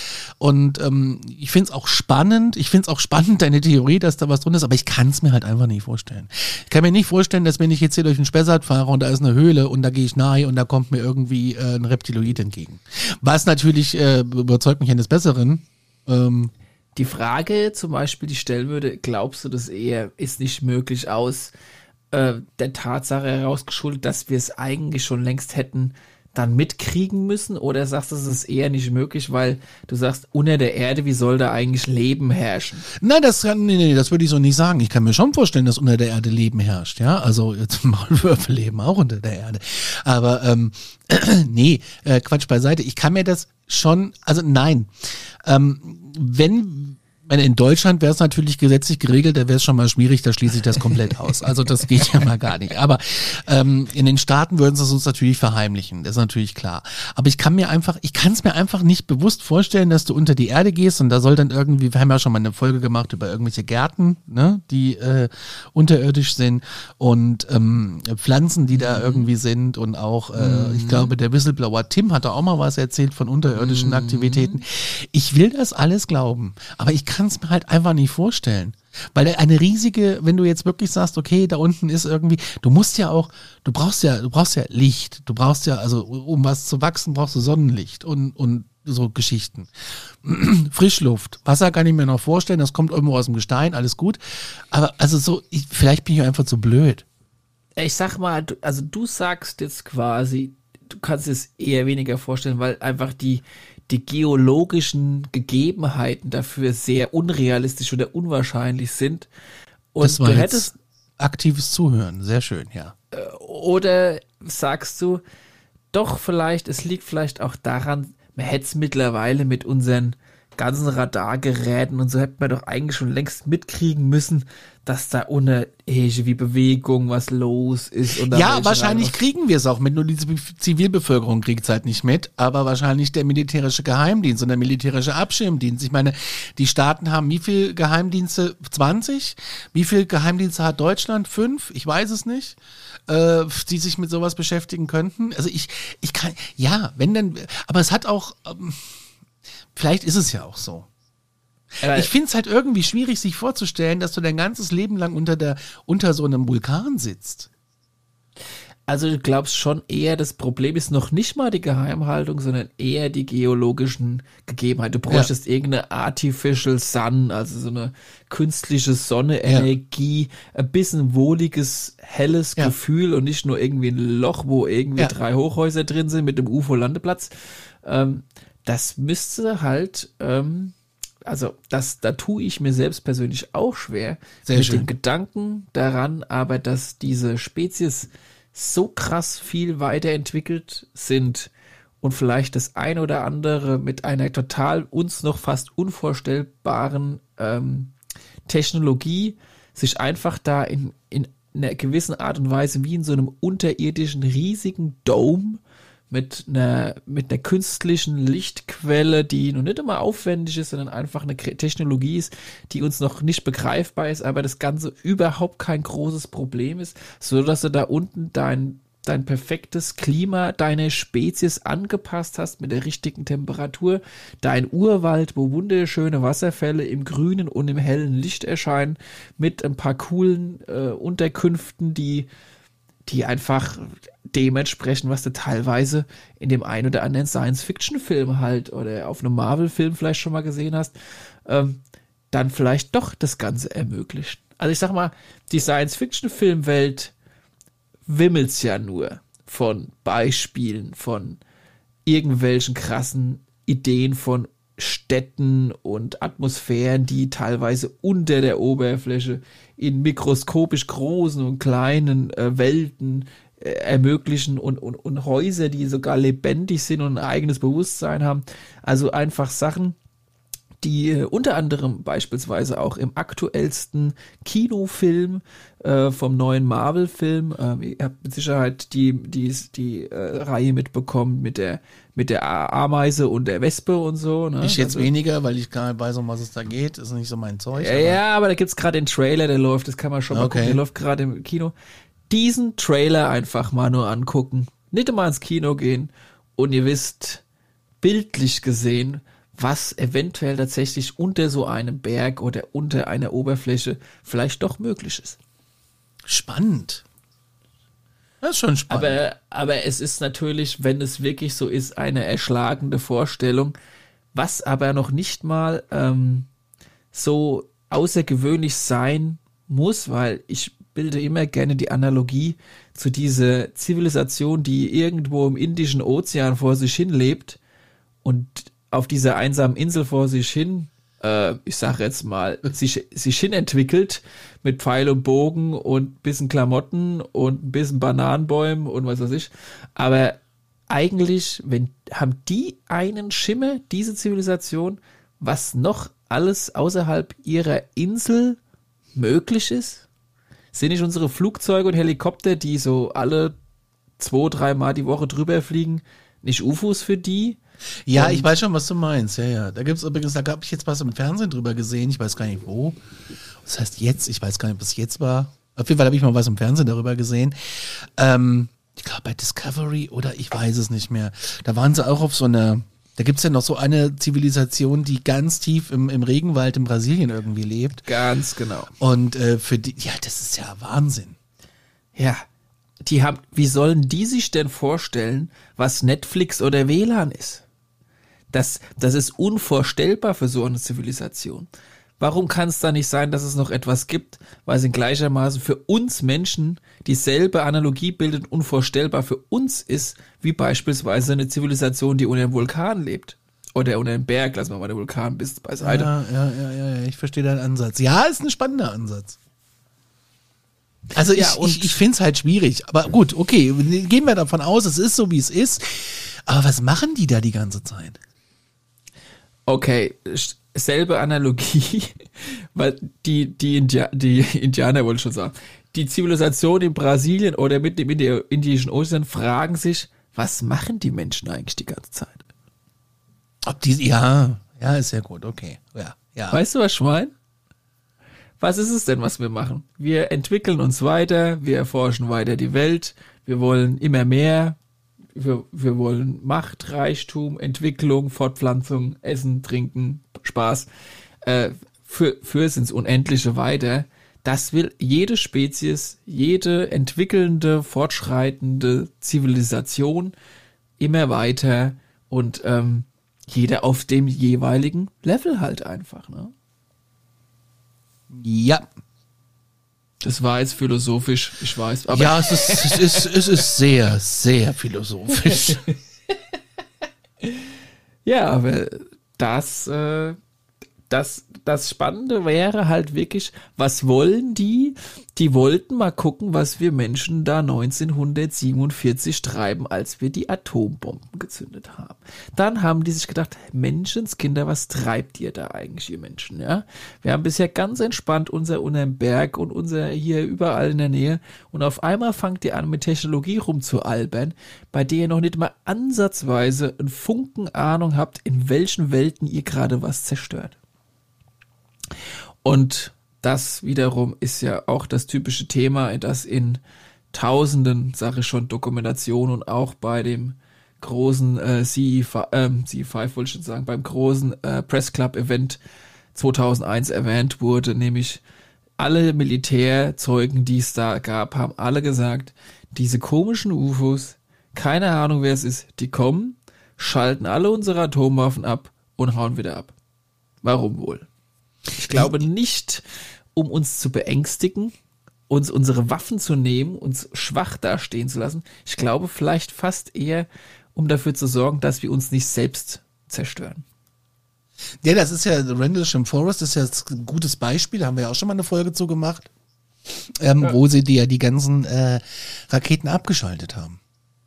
und ähm, ich find's auch spannend, ich find's auch spannend, deine Theorie, dass da was drin ist, aber ich kann's mir halt einfach nicht vorstellen. Ich kann mir nicht vorstellen, dass wenn ich jetzt hier durch den Spessart fahre und da ist eine Höhle und da gehe ich nahe und da kommt mir irgendwie äh, ein Reptiloid entgegen. Was natürlich äh, überzeugt mich eines Besseren. Ähm, die Frage zum Beispiel, die ich stellen würde, glaubst du, das eher ist nicht möglich aus äh, der Tatsache herausgeschuldet, dass wir es eigentlich schon längst hätten dann mitkriegen müssen, oder sagst du, es ist eher nicht möglich, weil du sagst, unter der Erde, wie soll da eigentlich Leben herrschen? Nein, das kann, nee, nee, das würde ich so nicht sagen. Ich kann mir schon vorstellen, dass unter der Erde Leben herrscht, ja, also jetzt Maulwürfe leben auch unter der Erde, aber ähm, nee, äh, Quatsch beiseite. Ich kann mir das schon, also nein, ähm, wenn in Deutschland wäre es natürlich gesetzlich geregelt, da wäre es schon mal schwierig, da schließe ich das komplett aus. Also das geht ja mal gar nicht. Aber ähm, in den Staaten würden sie es uns natürlich verheimlichen, das ist natürlich klar. Aber ich kann mir einfach, ich kann es mir einfach nicht bewusst vorstellen, dass du unter die Erde gehst, und da soll dann irgendwie, wir haben ja schon mal eine Folge gemacht über irgendwelche Gärten, ne, die äh, unterirdisch sind, und ähm, Pflanzen, die da mhm. irgendwie sind, und auch, äh, mhm. ich glaube, der Whistleblower Tim hat da auch mal was erzählt von unterirdischen mhm. Aktivitäten. Ich will das alles glauben, aber ich kann kann es mir halt einfach nicht vorstellen. Weil eine riesige, wenn du jetzt wirklich sagst, okay, da unten ist irgendwie, du musst ja auch, du brauchst ja, du brauchst ja Licht, du brauchst ja, also um was zu wachsen, brauchst du Sonnenlicht und, und so Geschichten. Frischluft, Wasser kann ich mir noch vorstellen, das kommt irgendwo aus dem Gestein, alles gut. Aber also so, ich, vielleicht bin ich einfach zu blöd. Ich sag mal, du, also du sagst jetzt quasi, du kannst es eher weniger vorstellen, weil einfach die die geologischen Gegebenheiten dafür sehr unrealistisch oder unwahrscheinlich sind. Und das war du jetzt, hättest aktives Zuhören, sehr schön, ja. Oder sagst du, doch vielleicht, es liegt vielleicht auch daran, man hätte es mittlerweile mit unseren ganzen Radargeräten und so hätte man doch eigentlich schon längst mitkriegen müssen, dass da ohne wie Bewegung was los ist. Und ja, wahrscheinlich kriegen wir es auch mit, nur die Zivilbevölkerung kriegt es halt nicht mit, aber wahrscheinlich der militärische Geheimdienst und der militärische Abschirmdienst. Ich meine, die Staaten haben wie viel Geheimdienste? zwanzig? Wie viel Geheimdienste hat Deutschland? Fünf? Ich weiß es nicht. Äh, die sich mit sowas beschäftigen könnten. Also ich, ich kann, ja, wenn denn, aber es hat auch, ähm, vielleicht ist es ja auch so. Ich finde es halt irgendwie schwierig, sich vorzustellen, dass du dein ganzes Leben lang unter der unter so einem Vulkan sitzt. Also du glaubst schon eher, das Problem ist noch nicht mal die Geheimhaltung, sondern eher die geologischen Gegebenheiten. Du bräuchtest ja. irgendeine Artificial Sun, also so eine künstliche Sonne-Energie, ja. ein bisschen wohliges, helles ja. Gefühl und nicht nur irgendwie ein Loch, wo irgendwie ja. drei Hochhäuser drin sind mit dem U F O-Landeplatz. Ähm, das müsste halt... Ähm, Also das, da tue ich mir selbst persönlich auch schwer Sehr mit schön. dem Gedanken daran, aber dass diese Spezies so krass viel weiterentwickelt sind und vielleicht das ein oder andere mit einer total uns noch fast unvorstellbaren ähm, Technologie sich einfach da in, in einer gewissen Art und Weise wie in so einem unterirdischen riesigen Dome mit einer, mit einer künstlichen Lichtquelle, die noch nicht immer aufwendig ist, sondern einfach eine Technologie ist, die uns noch nicht begreifbar ist, aber das Ganze überhaupt kein großes Problem ist, so dass du da unten dein, dein perfektes Klima, deine Spezies angepasst hast mit der richtigen Temperatur, dein Urwald, wo wunderschöne Wasserfälle im grünen und im hellen Licht erscheinen, mit ein paar coolen äh, Unterkünften, die die einfach dementsprechend, was du teilweise in dem einen oder anderen Science-Fiction-Film halt oder auf einem Marvel-Film vielleicht schon mal gesehen hast, ähm, dann vielleicht doch das Ganze ermöglicht. Also ich sag mal, die Science-Fiction-Filmwelt wimmelt's ja nur von Beispielen, von irgendwelchen krassen Ideen von Städten und Atmosphären, die teilweise unter der Oberfläche in mikroskopisch großen und kleinen äh, Welten äh, ermöglichen und, und, und Häuser, die sogar lebendig sind und ein eigenes Bewusstsein haben. Also einfach Sachen, die äh, unter anderem beispielsweise auch im aktuellsten Kinofilm äh, vom neuen Marvel-Film, äh, ihr habt mit Sicherheit die, die, die äh, Reihe mitbekommen mit der mit der Ameise und der Wespe und so. Ne? Ich jetzt also, weniger, weil ich gar nicht weiß, um was es da geht. Ist nicht so mein Zeug. Ja, aber, ja, aber da gibt's gerade den Trailer, der läuft, das kann man schon mal okay. gucken, der läuft gerade im Kino. Diesen Trailer einfach mal nur angucken, nicht mal ins Kino gehen und ihr wisst, bildlich gesehen, was eventuell tatsächlich unter so einem Berg oder unter einer Oberfläche vielleicht doch möglich ist. Spannend. Das ist schon spannend. Aber, aber es ist natürlich, wenn es wirklich so ist, eine erschlagende Vorstellung, was aber noch nicht mal ähm, so außergewöhnlich sein muss, weil ich bilde immer gerne die Analogie zu dieser Zivilisation, die irgendwo im Indischen Ozean vor sich hin lebt und auf dieser einsamen Insel vor sich hin, äh, ich sage jetzt mal, sich, sich hin entwickelt mit Pfeil und Bogen und ein bisschen Klamotten und ein bisschen Bananenbäumen und was weiß ich. Aber eigentlich, wenn, haben die einen Schimmer, diese Zivilisation, was noch alles außerhalb ihrer Insel möglich ist? Sind nicht unsere Flugzeuge und Helikopter, die so alle zwei, dreimal die Woche drüber fliegen, nicht U F Os für die? Ja, Und ich weiß schon, was du meinst. Ja, ja. Da gibt's übrigens, da habe ich jetzt was im Fernsehen drüber gesehen. Ich weiß gar nicht wo. Das heißt jetzt, ich weiß gar nicht, ob es jetzt war. Auf jeden Fall habe ich mal was im Fernsehen darüber gesehen. Ähm, ich glaube bei Discovery oder ich weiß es nicht mehr. Da waren sie auch auf so einer, da gibt's ja noch so eine Zivilisation, die ganz tief im, im Regenwald in Brasilien irgendwie lebt. Ganz genau. Und äh, für die, ja, das ist ja Wahnsinn. Ja, die haben, wie sollen die sich denn vorstellen, was Netflix oder W L A N ist? Das, das ist unvorstellbar für so eine Zivilisation. Warum kann es da nicht sein, dass es noch etwas gibt, weil es in gleichermaßen für uns Menschen dieselbe Analogie bildet, unvorstellbar für uns ist, wie beispielsweise eine Zivilisation, die unter einem Vulkan lebt. Oder unter einem Berg, lassen wir mal den Vulkan bis beiseite. Ja, ja, ja, ja, ja, ich verstehe deinen Ansatz. Ja, ist ein spannender Ansatz. Also Ja, ich, und- ich, ich finde es halt schwierig. Aber gut, okay, gehen wir davon aus, es ist so, wie es ist. Aber was machen die da die ganze Zeit? Okay, sch- selbe Analogie, weil die, die, India die Indianer wollte ich schon sagen, die Zivilisation in Brasilien oder mit dem Indi- Indischen Ozean fragen sich, was machen die Menschen eigentlich die ganze Zeit? Ob die, ja, ja, ist ja gut, okay. Ja, ja. Weißt du, was ich meine? Was ist es denn, was wir machen? Wir entwickeln uns weiter, wir erforschen weiter die Welt, wir wollen immer mehr, wir, wir wollen Macht, Reichtum, Entwicklung, Fortpflanzung, Essen, Trinken, Spaß, äh, für, fürs ins Unendliche weiter. Das will jede Spezies, jede entwickelnde, fortschreitende Zivilisation immer weiter und ähm, jeder auf dem jeweiligen Level halt einfach, ne? Ja. Das war jetzt philosophisch, ich weiß, aber Ja, es ist, es ist, es ist sehr, sehr philosophisch. ja, aber das, äh, das, das Spannende wäre halt wirklich, was wollen die? Die wollten mal gucken, was wir Menschen da neunzehnhundertsiebenundvierzig treiben, als wir die Atombomben gezündet haben. Dann haben die sich gedacht, Menschenskinder, was treibt ihr da eigentlich, ihr Menschen? Ja, wir haben bisher ganz entspannt unser unterm Berg und unser hier überall in der Nähe und auf einmal fangt ihr an, mit Technologie rumzualbern, bei der ihr noch nicht mal ansatzweise einen Funken Ahnung habt, in welchen Welten ihr gerade was zerstört. Und das wiederum ist ja auch das typische Thema, das in tausenden, sage ich schon, Dokumentationen und auch bei dem großen äh, C E fünf, ähm, C E fünf wollte ich schon sagen, beim großen äh, Press Club Event zweitausendeins erwähnt wurde, nämlich alle Militärzeugen, die es da gab, haben alle gesagt, diese komischen U F Os, keine Ahnung wer es ist, die kommen, schalten alle unsere Atomwaffen ab und hauen wieder ab. Warum wohl? Ich glaube nicht, um uns zu beängstigen, uns unsere Waffen zu nehmen, uns schwach dastehen zu lassen. Ich glaube vielleicht fast eher, um dafür zu sorgen, dass wir uns nicht selbst zerstören. Ja, das ist ja, Rendlesham Forest ist ja ein gutes Beispiel, da haben wir ja auch schon mal eine Folge zu gemacht, ähm, Ja. wo sie die ja die ganzen äh, Raketen abgeschaltet haben.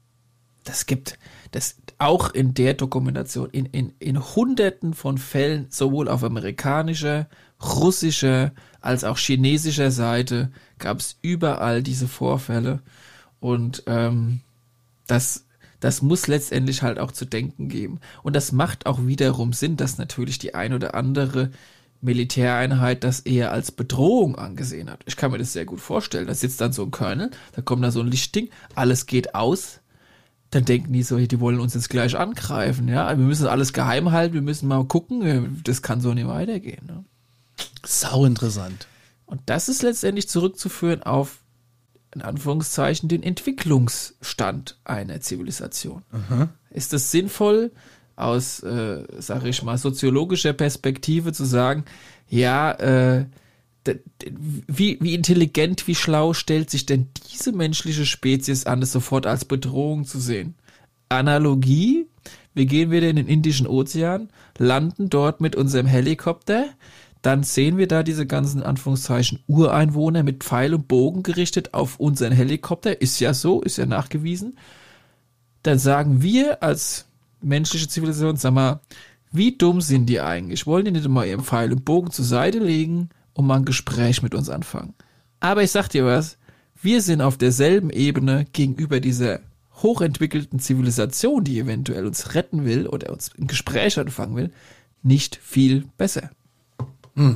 Das gibt das auch in der Dokumentation, in, in, in hunderten von Fällen, sowohl auf amerikanischer, russischer als auch chinesischer Seite, gab es überall diese Vorfälle. Und ähm, das, das muss letztendlich halt auch zu denken geben. Und das macht auch wiederum Sinn, dass natürlich die ein oder andere Militäreinheit das eher als Bedrohung angesehen hat. Ich kann mir das sehr gut vorstellen. Da sitzt dann so ein Colonel, da kommt da so ein Lichtding, alles geht aus. Dann denken die so, die wollen uns jetzt gleich angreifen, ja. Wir müssen alles geheim halten, wir müssen mal gucken, das kann so nicht weitergehen. Ne? Sau interessant. Und das ist letztendlich zurückzuführen auf, in Anführungszeichen, den Entwicklungsstand einer Zivilisation. Mhm. Ist es sinnvoll, aus, äh, sage ich mal, soziologischer Perspektive zu sagen, ja, äh, d- d- wie, wie intelligent, wie schlau stellt sich denn diese menschliche Spezies an, es sofort als Bedrohung zu sehen? Analogie, wir gehen wieder in den Indischen Ozean, landen dort mit unserem Helikopter, dann sehen wir da diese ganzen, in Anführungszeichen, Ureinwohner mit Pfeil und Bogen gerichtet auf unseren Helikopter, ist ja so, ist ja nachgewiesen. Dann sagen wir als menschliche Zivilisation, sag mal, wie dumm sind die eigentlich? Wollen die nicht mal ihren Pfeil und Bogen zur Seite legen und mal ein Gespräch mit uns anfangen? Aber ich sag dir was, wir sind auf derselben Ebene gegenüber dieser hochentwickelten Zivilisation, die eventuell uns retten will oder uns ein Gespräch anfangen will, nicht viel besser. Hm.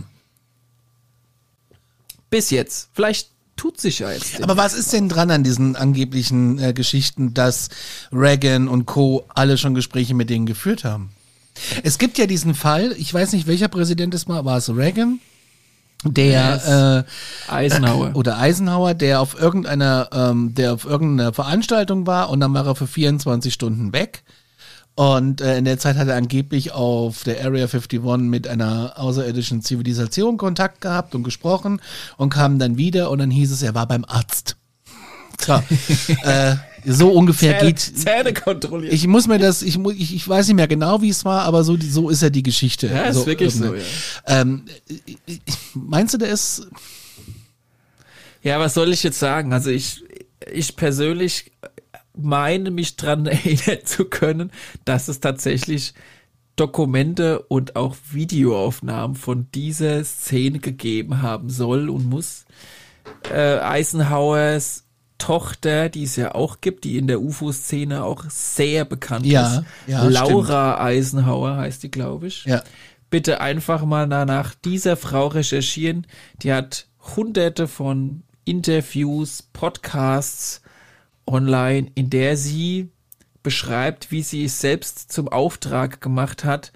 Bis jetzt. Vielleicht tut sich ja jetzt. Aber was ist denn dran an diesen angeblichen äh, Geschichten, dass Reagan und Co. alle schon Gespräche mit denen geführt haben? Es gibt ja diesen Fall, ich weiß nicht, welcher Präsident es war, war es Reagan? Der äh, Eisenhower. oder Eisenhower, der auf irgendeiner, ähm, der auf irgendeiner Veranstaltung war und dann war er für vierundzwanzig Stunden weg. Und äh, in der Zeit hat er angeblich auf der Area einundfünfzig mit einer außerirdischen Zivilisation Kontakt gehabt und gesprochen und kam dann wieder und dann hieß es, er war beim Arzt. Tja, äh, so ungefähr Zähne, geht. Zähne kontrolliert. Ich muss mir das, ich, mu- ich, ich weiß nicht mehr genau, wie es war, aber so, so ist ja die Geschichte. Ja, ist so, wirklich so, irgendwie. ja. Ähm, ich- ich- meinst du, der ist. Ja, was soll ich jetzt sagen? Also ich, ich persönlich meine, mich dran erinnern zu können, dass es tatsächlich Dokumente und auch Videoaufnahmen von dieser Szene gegeben haben soll und muss. Äh, Eisenhowers Tochter, die es ja auch gibt, die in der U F O-Szene auch sehr bekannt ja, ist. Ja, Laura stimmt. Eisenhower heißt die, glaube ich. Ja. Bitte einfach mal nach dieser Frau recherchieren. Die hat hunderte von Interviews, Podcasts online, in der sie beschreibt, wie sie es selbst zum Auftrag gemacht hat,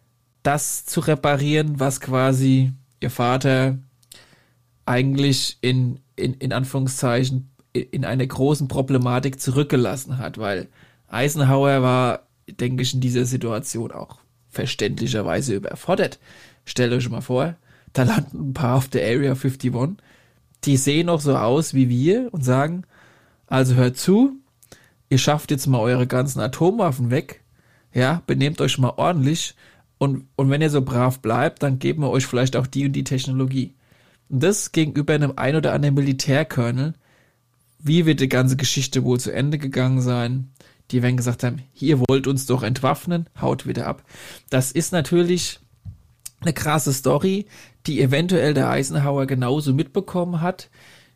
das zu reparieren, was quasi ihr Vater eigentlich in, in, in Anführungszeichen in einer großen Problematik zurückgelassen hat, weil Eisenhower war, denke ich, in dieser Situation auch verständlicherweise überfordert. Stellt euch mal vor, da landen ein paar auf der Area einundfünfzig, die sehen auch so aus wie wir und sagen, also hört zu, ihr schafft jetzt mal eure ganzen Atomwaffen weg, ja, benehmt euch mal ordentlich und, und wenn ihr so brav bleibt, dann geben wir euch vielleicht auch die und die Technologie. Und das gegenüber einem ein oder anderen Militärkernel, wie wird die ganze Geschichte wohl zu Ende gegangen sein? Die werden gesagt haben, ihr wollt uns doch entwaffnen, haut wieder ab. Das ist natürlich eine krasse Story, die eventuell der Eisenhower genauso mitbekommen hat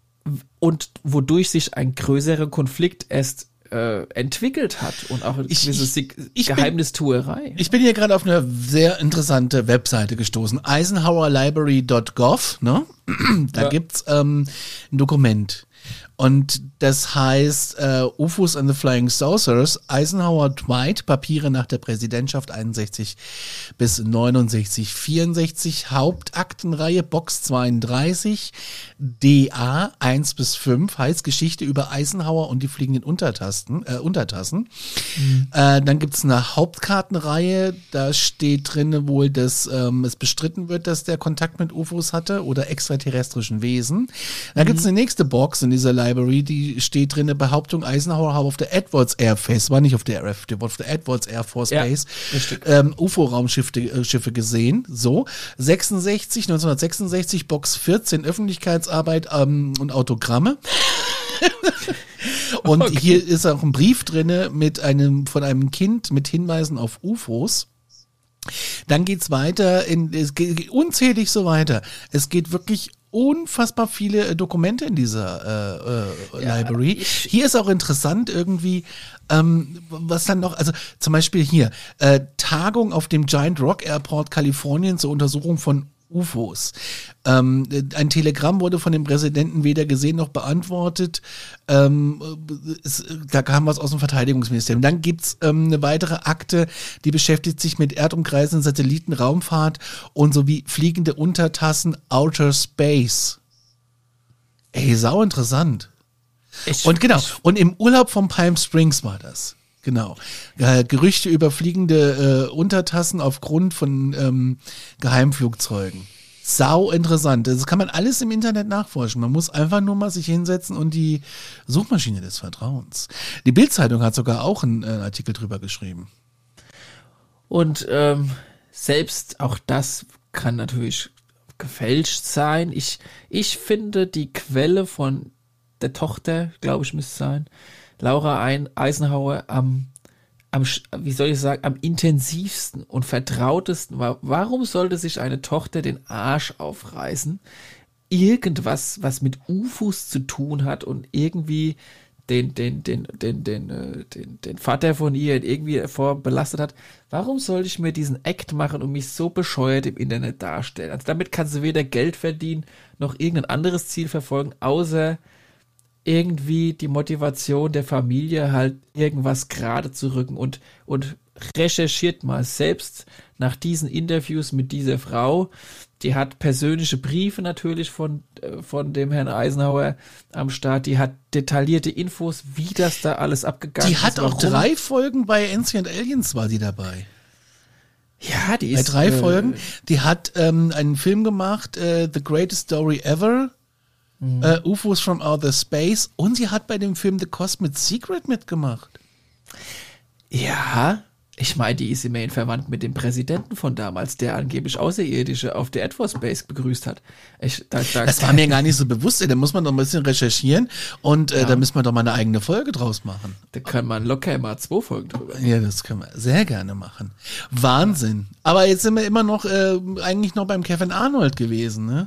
und wodurch sich ein größerer Konflikt erst äh, entwickelt hat und auch eine Ich- gewisse ich- ich bin- Geheimnistuerei. Ich bin hier gerade auf eine sehr interessante Webseite gestoßen. eisenhower library dot gov, ne? Da Ja. gibt's ähm, ein Dokument. Und das heißt äh, U F Os and the Flying Saucers, Eisenhower Dwight, Papiere nach der Präsidentschaft einundsechzig bis neunundsechzig, vierundsechzig, Hauptaktenreihe, Box zweiunddreißig, D A eins bis fünf, heißt Geschichte über Eisenhower und die fliegenden Untertasten, äh, Untertassen. Äh, dann gibt's eine Hauptkartenreihe, da steht drin wohl, dass ähm, es bestritten wird, dass der Kontakt mit U F Os hatte oder extraterrestrischen Wesen. Dann gibt's eine nächste Box in dieser Library, die steht drin, eine Behauptung, Eisenhower habe auf der Edwards Air Force, war nicht auf der R F, die war auf der Edwards Air Force Ja, Base, richtig. ähm, U F O-Raumschiffe äh, Schiffe gesehen. So, sechsundsechzig, neunzehnhundertsechsundsechzig, Box vierzehn, Öffentlichkeitsarbeit ähm, und Autogramme. Und Okay. hier ist auch ein Brief drinne mit einem, von einem Kind mit Hinweisen auf U F Os. Dann geht's weiter, in, es geht unzählig so weiter. Es geht wirklich unfassbar viele äh, Dokumente in dieser äh, äh, Ja, Library. Hier ist auch interessant irgendwie, ähm, was dann noch, also zum Beispiel hier, äh, Tagung auf dem Giant Rock Airport Kalifornien zur Untersuchung von U F Os. Ähm, ein Telegramm wurde von dem Präsidenten weder gesehen noch beantwortet. Ähm, es, da kam was aus dem Verteidigungsministerium. Dann gibt's ähm, eine weitere Akte, die beschäftigt sich mit erdumkreisenden Satelliten, Raumfahrt und sowie fliegende Untertassen, Outer Space. Ey, sau interessant. Ich- Und genau, ich- und im Urlaub von Palm Springs war das. Genau. Äh, Gerüchte über fliegende äh, Untertassen aufgrund von ähm, Geheimflugzeugen. Sau interessant. Das kann man alles im Internet nachforschen. Man muss einfach nur mal sich hinsetzen und die Suchmaschine des Vertrauens. Die Bild-Zeitung hat sogar auch einen äh, Artikel drüber geschrieben. Und ähm, selbst auch das kann natürlich gefälscht sein. Ich, ich finde die Quelle von der Tochter, glaube ich, müsste es sein, Laura Ein- Eisenhower am, am, sch- wie soll ich sagen, am intensivsten und vertrautesten war. Warum sollte sich eine Tochter den Arsch aufreißen? Irgendwas, was mit U F Os zu tun hat und irgendwie den, den, den, den, den, äh, den, den Vater von ihr irgendwie davor belastet hat. Warum sollte ich mir diesen Act machen und mich so bescheuert im Internet darstellen? Also damit kannst du weder Geld verdienen, noch irgendein anderes Ziel verfolgen, außer irgendwie die Motivation der Familie halt irgendwas gerade zu rücken und, und recherchiert mal selbst nach diesen Interviews mit dieser Frau. Die hat persönliche Briefe natürlich von, äh, von dem Herrn Eisenhower am Start. Die hat detaillierte Infos, wie das da alles abgegangen Die ist. hat auch warum. drei Folgen bei Ancient Aliens war die dabei. Ja, die Bei ist. drei äh, Folgen. Die hat ähm, einen Film gemacht, äh, The Greatest Story Ever. Äh, U F Os from Outer Space. Und sie hat bei dem Film The Cosmic Secret mitgemacht. Ja, Ich meine, die ist immerhin verwandt mit dem Präsidenten von damals, der angeblich Außerirdische auf der Air Force Base begrüßt hat. Ich, da, da, das war mir gar nicht so bewusst, ey. Da muss man doch ein bisschen recherchieren und äh, ja. da müssen wir doch mal eine eigene Folge draus machen. Da kann man locker mal zwei Folgen drüber. Ja, das können wir sehr gerne machen. Wahnsinn. Aber jetzt sind wir immer noch äh, eigentlich noch beim Kevin Arnold gewesen, ne?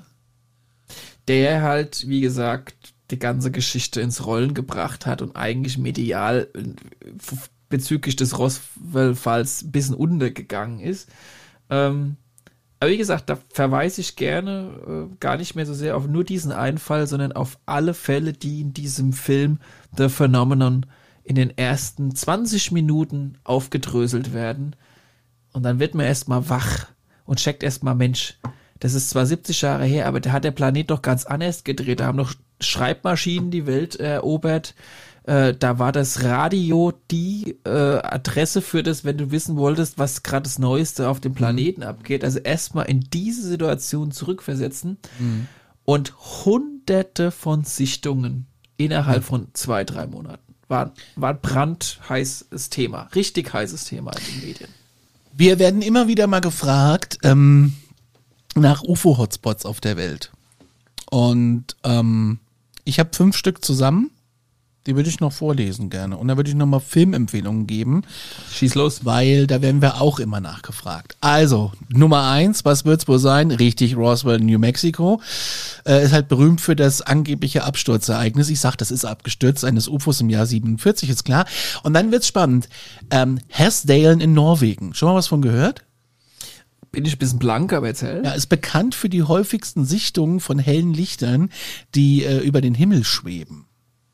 Der halt, wie gesagt, die ganze Geschichte ins Rollen gebracht hat und eigentlich medial bezüglich des Roswell-Falls ein bisschen untergegangen ist. Ähm, aber wie gesagt, da verweise ich gerne äh, gar nicht mehr so sehr auf nur diesen einen Fall, sondern auf alle Fälle, die in diesem Film The Phenomenon in den ersten zwanzig Minuten aufgedröselt werden. Und dann wird man erstmal wach und checkt erstmal, Mensch, das ist zwar siebzig Jahre her, aber da hat der Planet doch ganz anders gedreht. Da haben noch Schreibmaschinen die Welt erobert. Äh, da war das Radio die äh, Adresse für das, wenn du wissen wolltest, was gerade das Neueste auf dem Planeten abgeht. Also erstmal in diese Situation zurückversetzen mhm. und hunderte von Sichtungen innerhalb mhm. von zwei, drei Monaten. War, war ein brandheißes Thema, richtig heißes Thema in den Medien. Wir werden immer wieder mal gefragt ähm, nach U F O-Hotspots auf der Welt. Und ähm, ich habe fünf Stück zusammen. Die würde ich noch vorlesen gerne. Und da würde ich nochmal Filmempfehlungen geben. Schieß los. Weil da werden wir auch immer nachgefragt. Also, Nummer eins, was wird's wohl sein? Richtig, Roswell, New Mexico. Äh, ist halt berühmt für das angebliche Absturzereignis. Ich sag, das ist abgestürzt, eines U F Os im Jahr siebenundvierzig, ist klar. Und dann wird's spannend. Ähm, Hessdalen in Norwegen. Schon mal was von gehört? Bin ich ein bisschen blank, aber erzähl. Ja, ist bekannt für die häufigsten Sichtungen von hellen Lichtern, die äh, über den Himmel schweben.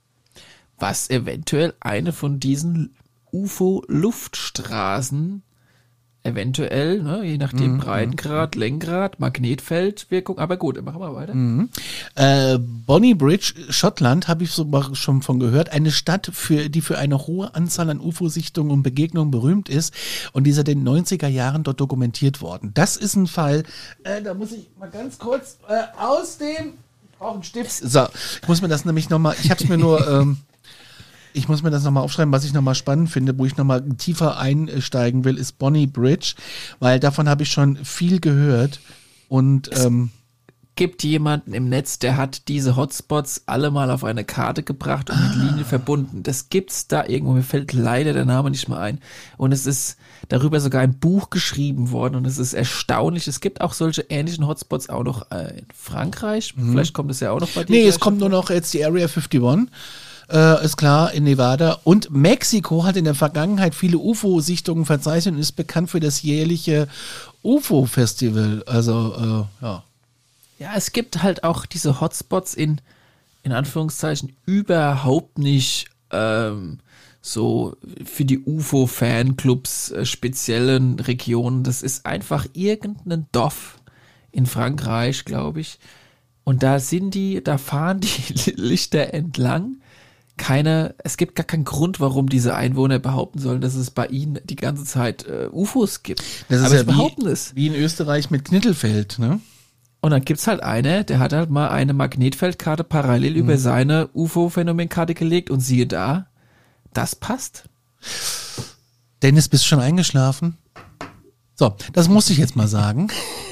Was eventuell eine von diesen U F O-Luftstraßen eventuell, ne, je nachdem mhm. Breitengrad, Längengrad, Magnetfeldwirkung, aber gut, machen wir weiter. Mhm. Äh, Bonnie Bridge, Schottland, habe ich so schon von gehört, eine Stadt, für, die für eine hohe Anzahl an U F O-Sichtungen und Begegnungen berühmt ist und die seit den neunziger Jahren dort dokumentiert worden. Das ist ein Fall, äh, da muss ich mal ganz kurz äh, aus dem, ich brauche einen Stift. So, ich muss mir das nämlich nochmal, ich habe es mir nur... Ähm, Ich muss mir das nochmal aufschreiben, was ich nochmal spannend finde, wo ich nochmal tiefer einsteigen will, ist Bonnie Bridge, weil davon habe ich schon viel gehört. Und ähm, es gibt jemanden im Netz, der hat diese Hotspots alle mal auf eine Karte gebracht und mit Linien verbunden. Das gibt's da irgendwo, mir fällt leider der Name nicht mehr ein. Und es ist darüber sogar ein Buch geschrieben worden und es ist erstaunlich. Es gibt auch solche ähnlichen Hotspots auch noch äh, in Frankreich. Mhm. Vielleicht kommt es ja auch noch bei dir. Nee, es kommt nur noch jetzt die Area einundfünfzig. Äh, ist klar, in Nevada. Und Mexiko hat in der Vergangenheit viele U F O-Sichtungen verzeichnet und ist bekannt für das jährliche U F O-Festival. Also, äh, ja. Ja, es gibt halt auch diese Hotspots in, in Anführungszeichen, überhaupt nicht ähm, so für die U F O-Fanclubs äh, speziellen Regionen. Das ist einfach irgendein Dorf in Frankreich, glaube ich. Und da sind die, da fahren die Lichter entlang. Keine, es gibt gar keinen Grund, warum diese Einwohner behaupten sollen, dass es bei ihnen die ganze Zeit äh, U F Os gibt. Das ist aber ja sie behaupten es. Wie in Österreich mit Knittelfeld, ne? Und dann gibt's halt eine, der hat halt mal eine Magnetfeldkarte parallel mhm. über seine U F O-Phänomenkarte gelegt und siehe da, das passt. Dennis, bist du schon eingeschlafen? So, das musste ich jetzt mal sagen.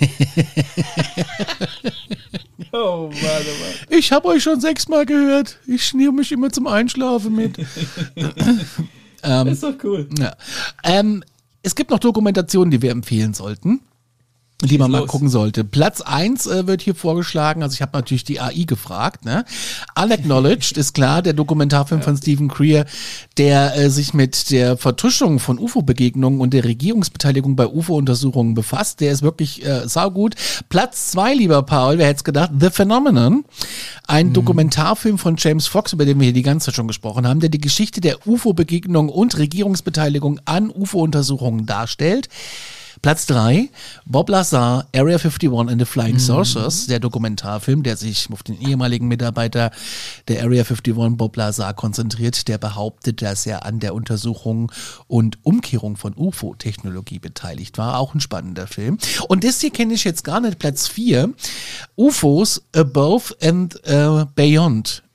Oh Mann, oh Mann. Ich habe euch schon sechsmal gehört. Ich nehme mich immer zum Einschlafen mit. ähm, ist doch cool. Ja. Ähm, es gibt noch Dokumentationen, die wir empfehlen sollten, die man mal gucken sollte. Platz eins äh, wird hier vorgeschlagen, also ich habe natürlich die A I gefragt, ne? Unacknowledged ist klar, der Dokumentarfilm ja. von Stephen Greer, der äh, sich mit der Vertuschung von U F O-Begegnungen und der Regierungsbeteiligung bei U F O-Untersuchungen befasst. Der ist wirklich äh, saugut. Platz zwei, lieber Paul, wer hätte es gedacht, The Phenomenon, ein mhm. Dokumentarfilm von James Fox, über den wir hier die ganze Zeit schon gesprochen haben, der die Geschichte der U F O-Begegnungen und Regierungsbeteiligung an U F O-Untersuchungen darstellt. Platz drei, Bob Lazar, Area einundfünfzig and the Flying mhm. Saucers, der Dokumentarfilm, der sich auf den ehemaligen Mitarbeiter der Area einundfünfzig, Bob Lazar, konzentriert, der behauptet, dass er an der Untersuchung und Umkehrung von U F O-Technologie beteiligt war. Auch ein spannender Film. Und das hier kenne ich jetzt gar nicht. Platz vier, U F Os Above and uh, Beyond.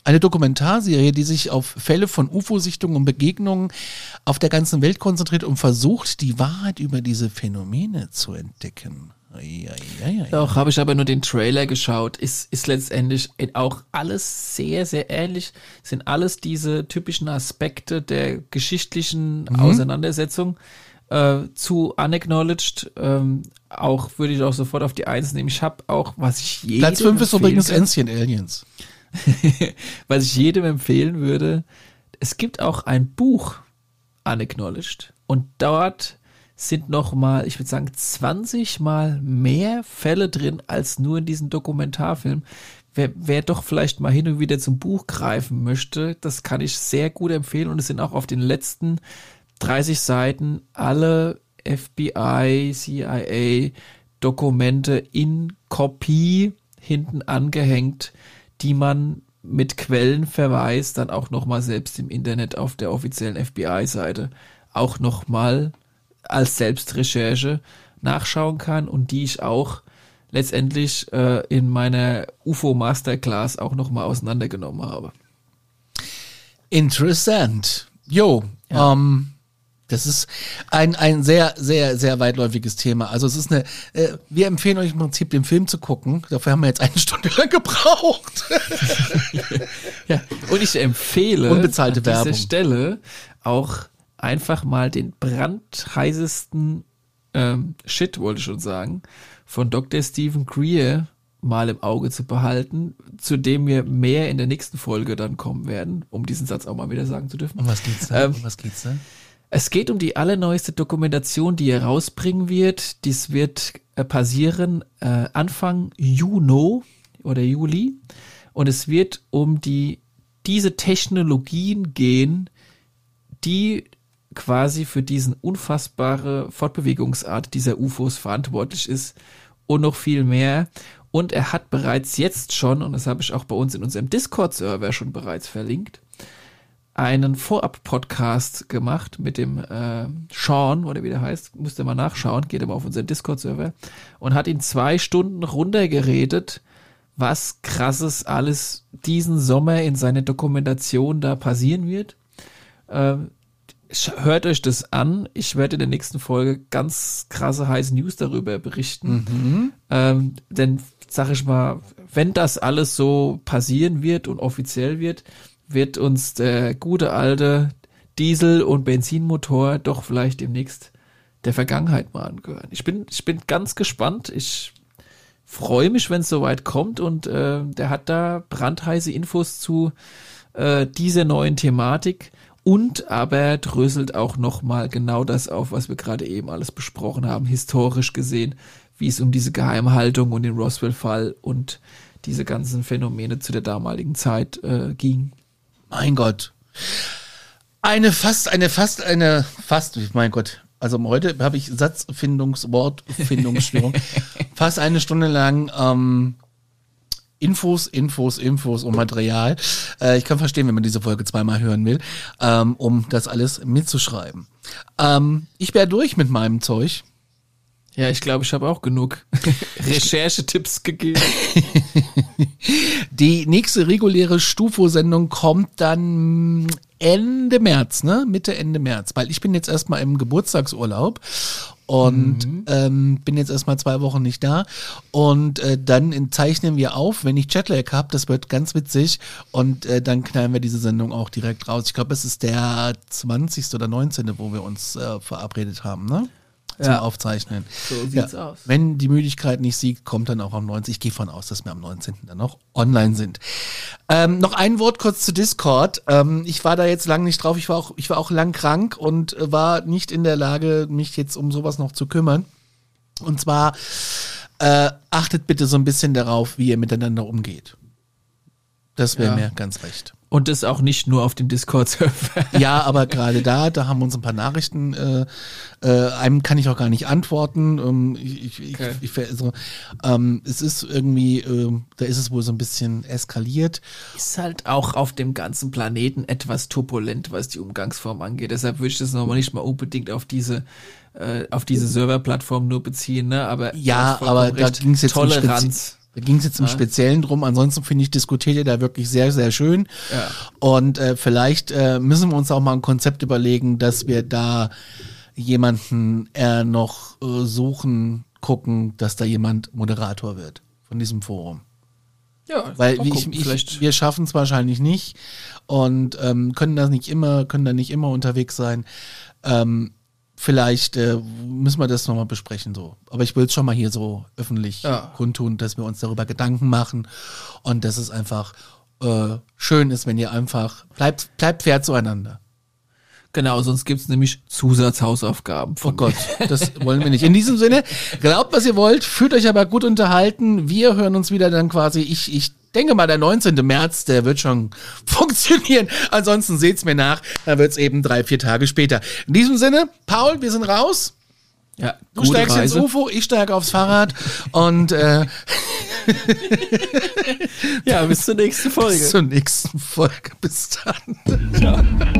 Eine Dokumentarserie, die sich auf Fälle von U F O-Sichtungen und Begegnungen auf der ganzen Welt konzentriert und versucht, die Wahrheit über diese Phänomene zu entdecken. Ja, ja, ja, Doch, habe ich aber nur den Trailer geschaut. Ist, ist letztendlich auch alles sehr, sehr ähnlich. Sind alles diese typischen Aspekte der geschichtlichen mhm. Auseinandersetzung äh, zu unacknowledged. Ähm, auch würde ich auch sofort auf die Eins nehmen. Ich habe auch, was ich jedem Platz fünf ist übrigens Ancient Aliens. Was ich jedem empfehlen würde, es gibt auch ein Buch unacknowledged und dort sind nochmal, ich würde sagen, zwanzig Mal mehr Fälle drin als nur in diesem Dokumentarfilm. Wer, wer doch vielleicht mal hin und wieder zum Buch greifen möchte, das kann ich sehr gut empfehlen. Und es sind auch auf den letzten dreißig Seiten alle F B I, C I A-Dokumente in Kopie hinten angehängt, die man mit Quellenverweis dann auch nochmal selbst im Internet auf der offiziellen F B I-Seite auch nochmal als Selbstrecherche nachschauen kann und die ich auch letztendlich äh, in meiner U F O-Masterclass auch nochmal auseinandergenommen habe. Interessant. Jo, ja. ähm, das ist ein, ein sehr, sehr, sehr weitläufiges Thema. Also es ist eine, äh, wir empfehlen euch im Prinzip den Film zu gucken. Dafür haben wir jetzt eine Stunde lang gebraucht. Ja, und ich empfehle unbezahlte an Werbung. dieser Stelle auch einfach mal den brandheißesten ähm, Shit, wollte ich schon sagen, von Doktor Stephen Greer mal im Auge zu behalten, zu dem wir mehr in der nächsten Folge dann kommen werden, um diesen Satz auch mal wieder sagen zu dürfen. Um was geht's da? Ähm, um was geht's da? Es geht um die allerneueste Dokumentation, die er rausbringen wird. Dies wird äh, passieren äh, Anfang Juni oder Juli und es wird um die diese Technologien gehen, die quasi für diesen unfassbare Fortbewegungsart dieser U F Os verantwortlich ist und noch viel mehr. Und er hat bereits jetzt schon, und das habe ich auch bei uns in unserem Discord-Server schon bereits verlinkt, einen Vorab-Podcast gemacht mit dem äh, Sean, oder wie der heißt, müsst ihr mal nachschauen, geht immer auf unseren Discord-Server, und hat in zwei Stunden runtergeredet, was Krasses alles diesen Sommer in seiner Dokumentation da passieren wird. Ähm, Hört euch das an. Ich werde in der nächsten Folge ganz krasse heiße News darüber berichten. Mhm. Ähm, denn, sag ich mal, wenn das alles so passieren wird und offiziell wird, wird uns der gute alte Diesel- und Benzinmotor doch vielleicht demnächst der Vergangenheit mal angehören. Ich bin, ich bin ganz gespannt. Ich freue mich, wenn es soweit kommt, und äh, der hat da brandheiße Infos zu äh, dieser neuen Thematik. Und aber dröselt auch nochmal genau das auf, was wir gerade eben alles besprochen haben, historisch gesehen, wie es um diese Geheimhaltung und den Roswell-Fall und diese ganzen Phänomene zu der damaligen Zeit äh, ging. Mein Gott. Eine fast, eine fast, eine fast, mein Gott. Also heute habe ich Satzfindungs-, Wortfindungsstörung. Fast eine Stunde lang ähm, Infos, Infos, Infos und Material. Äh, ich kann verstehen, wenn man diese Folge zweimal hören will, ähm, um das alles mitzuschreiben. Ähm, ich wäre durch mit meinem Zeug. Ja, ich glaube, ich habe auch genug Recherchetipps gegeben. Die nächste reguläre Stufo-Sendung kommt dann Ende März, ne? Mitte, Ende März. Weil ich bin jetzt erstmal im Geburtstagsurlaub. Und mhm. ähm, bin jetzt erstmal zwei Wochen nicht da. Und äh, dann in, zeichnen wir auf, wenn ich Jetlag habe, das wird ganz witzig. Und äh, dann knallen wir diese Sendung auch direkt raus. Ich glaube, es ist der zwanzigste oder neunzehnte, wo wir uns äh, verabredet haben, ne? Zum ja. Aufzeichnen. So sieht's ja. aus. Wenn die Müdigkeit nicht siegt, kommt dann auch am neunzehnten. Ich gehe von aus, dass wir am neunzehnten dann noch online sind. Ähm, noch ein Wort kurz zu Discord. Ähm, ich war da jetzt lang nicht drauf. Ich war auch, ich war auch lang krank und äh, war nicht in der Lage, mich jetzt um sowas noch zu kümmern. Und zwar äh, achtet bitte so ein bisschen darauf, wie ihr miteinander umgeht. Das wäre ja. mir ganz recht. Und das auch nicht nur auf dem Discord-Server. Ja, aber gerade da, da haben wir uns ein paar Nachrichten, äh, äh, einem kann ich auch gar nicht antworten. Ähm, ich, ich, okay. ich, ich, also, ähm, es ist irgendwie, äh, da ist es wohl so ein bisschen eskaliert. Ist halt auch auf dem ganzen Planeten etwas turbulent, was die Umgangsform angeht. Deshalb würde ich das nochmal nicht mal unbedingt auf diese äh, auf diese Serverplattform nur beziehen, ne? Aber ja, aber da ging es jetzt Toleranz. Da ging es jetzt im Ja. Speziellen drum. Ansonsten finde ich, diskutiert ihr da wirklich sehr, sehr schön. Ja. Und äh, vielleicht äh, müssen wir uns auch mal ein Konzept überlegen, dass wir da jemanden äh, noch äh, suchen, gucken, dass da jemand Moderator wird von diesem Forum. Ja, Weil mal wie gucken, ich, ich, vielleicht. wir schaffen es wahrscheinlich nicht und ähm, können das nicht immer, können da nicht immer unterwegs sein. Ähm, vielleicht äh, müssen wir das nochmal besprechen so. Aber ich will es schon mal hier so öffentlich Ja. kundtun, dass wir uns darüber Gedanken machen und dass es einfach äh, schön ist, wenn ihr einfach bleibt, bleibt fair zueinander. Genau, sonst gibt's nämlich Zusatzhausaufgaben. Oh Von Gott, das wollen wir nicht. In diesem Sinne, glaubt, was ihr wollt, fühlt euch aber gut unterhalten. Wir hören uns wieder dann quasi, ich, ich denke mal, der neunzehnten März, der wird schon funktionieren. Ansonsten seht's mir nach, dann wird's eben drei, vier Tage später. In diesem Sinne, Paul, wir sind raus. Ja, Du gute steigst Reise. ins U F O, ich steige aufs Fahrrad und äh, Ja, bis zur nächsten Folge. bis zur nächsten Folge. Bis dann. Ciao.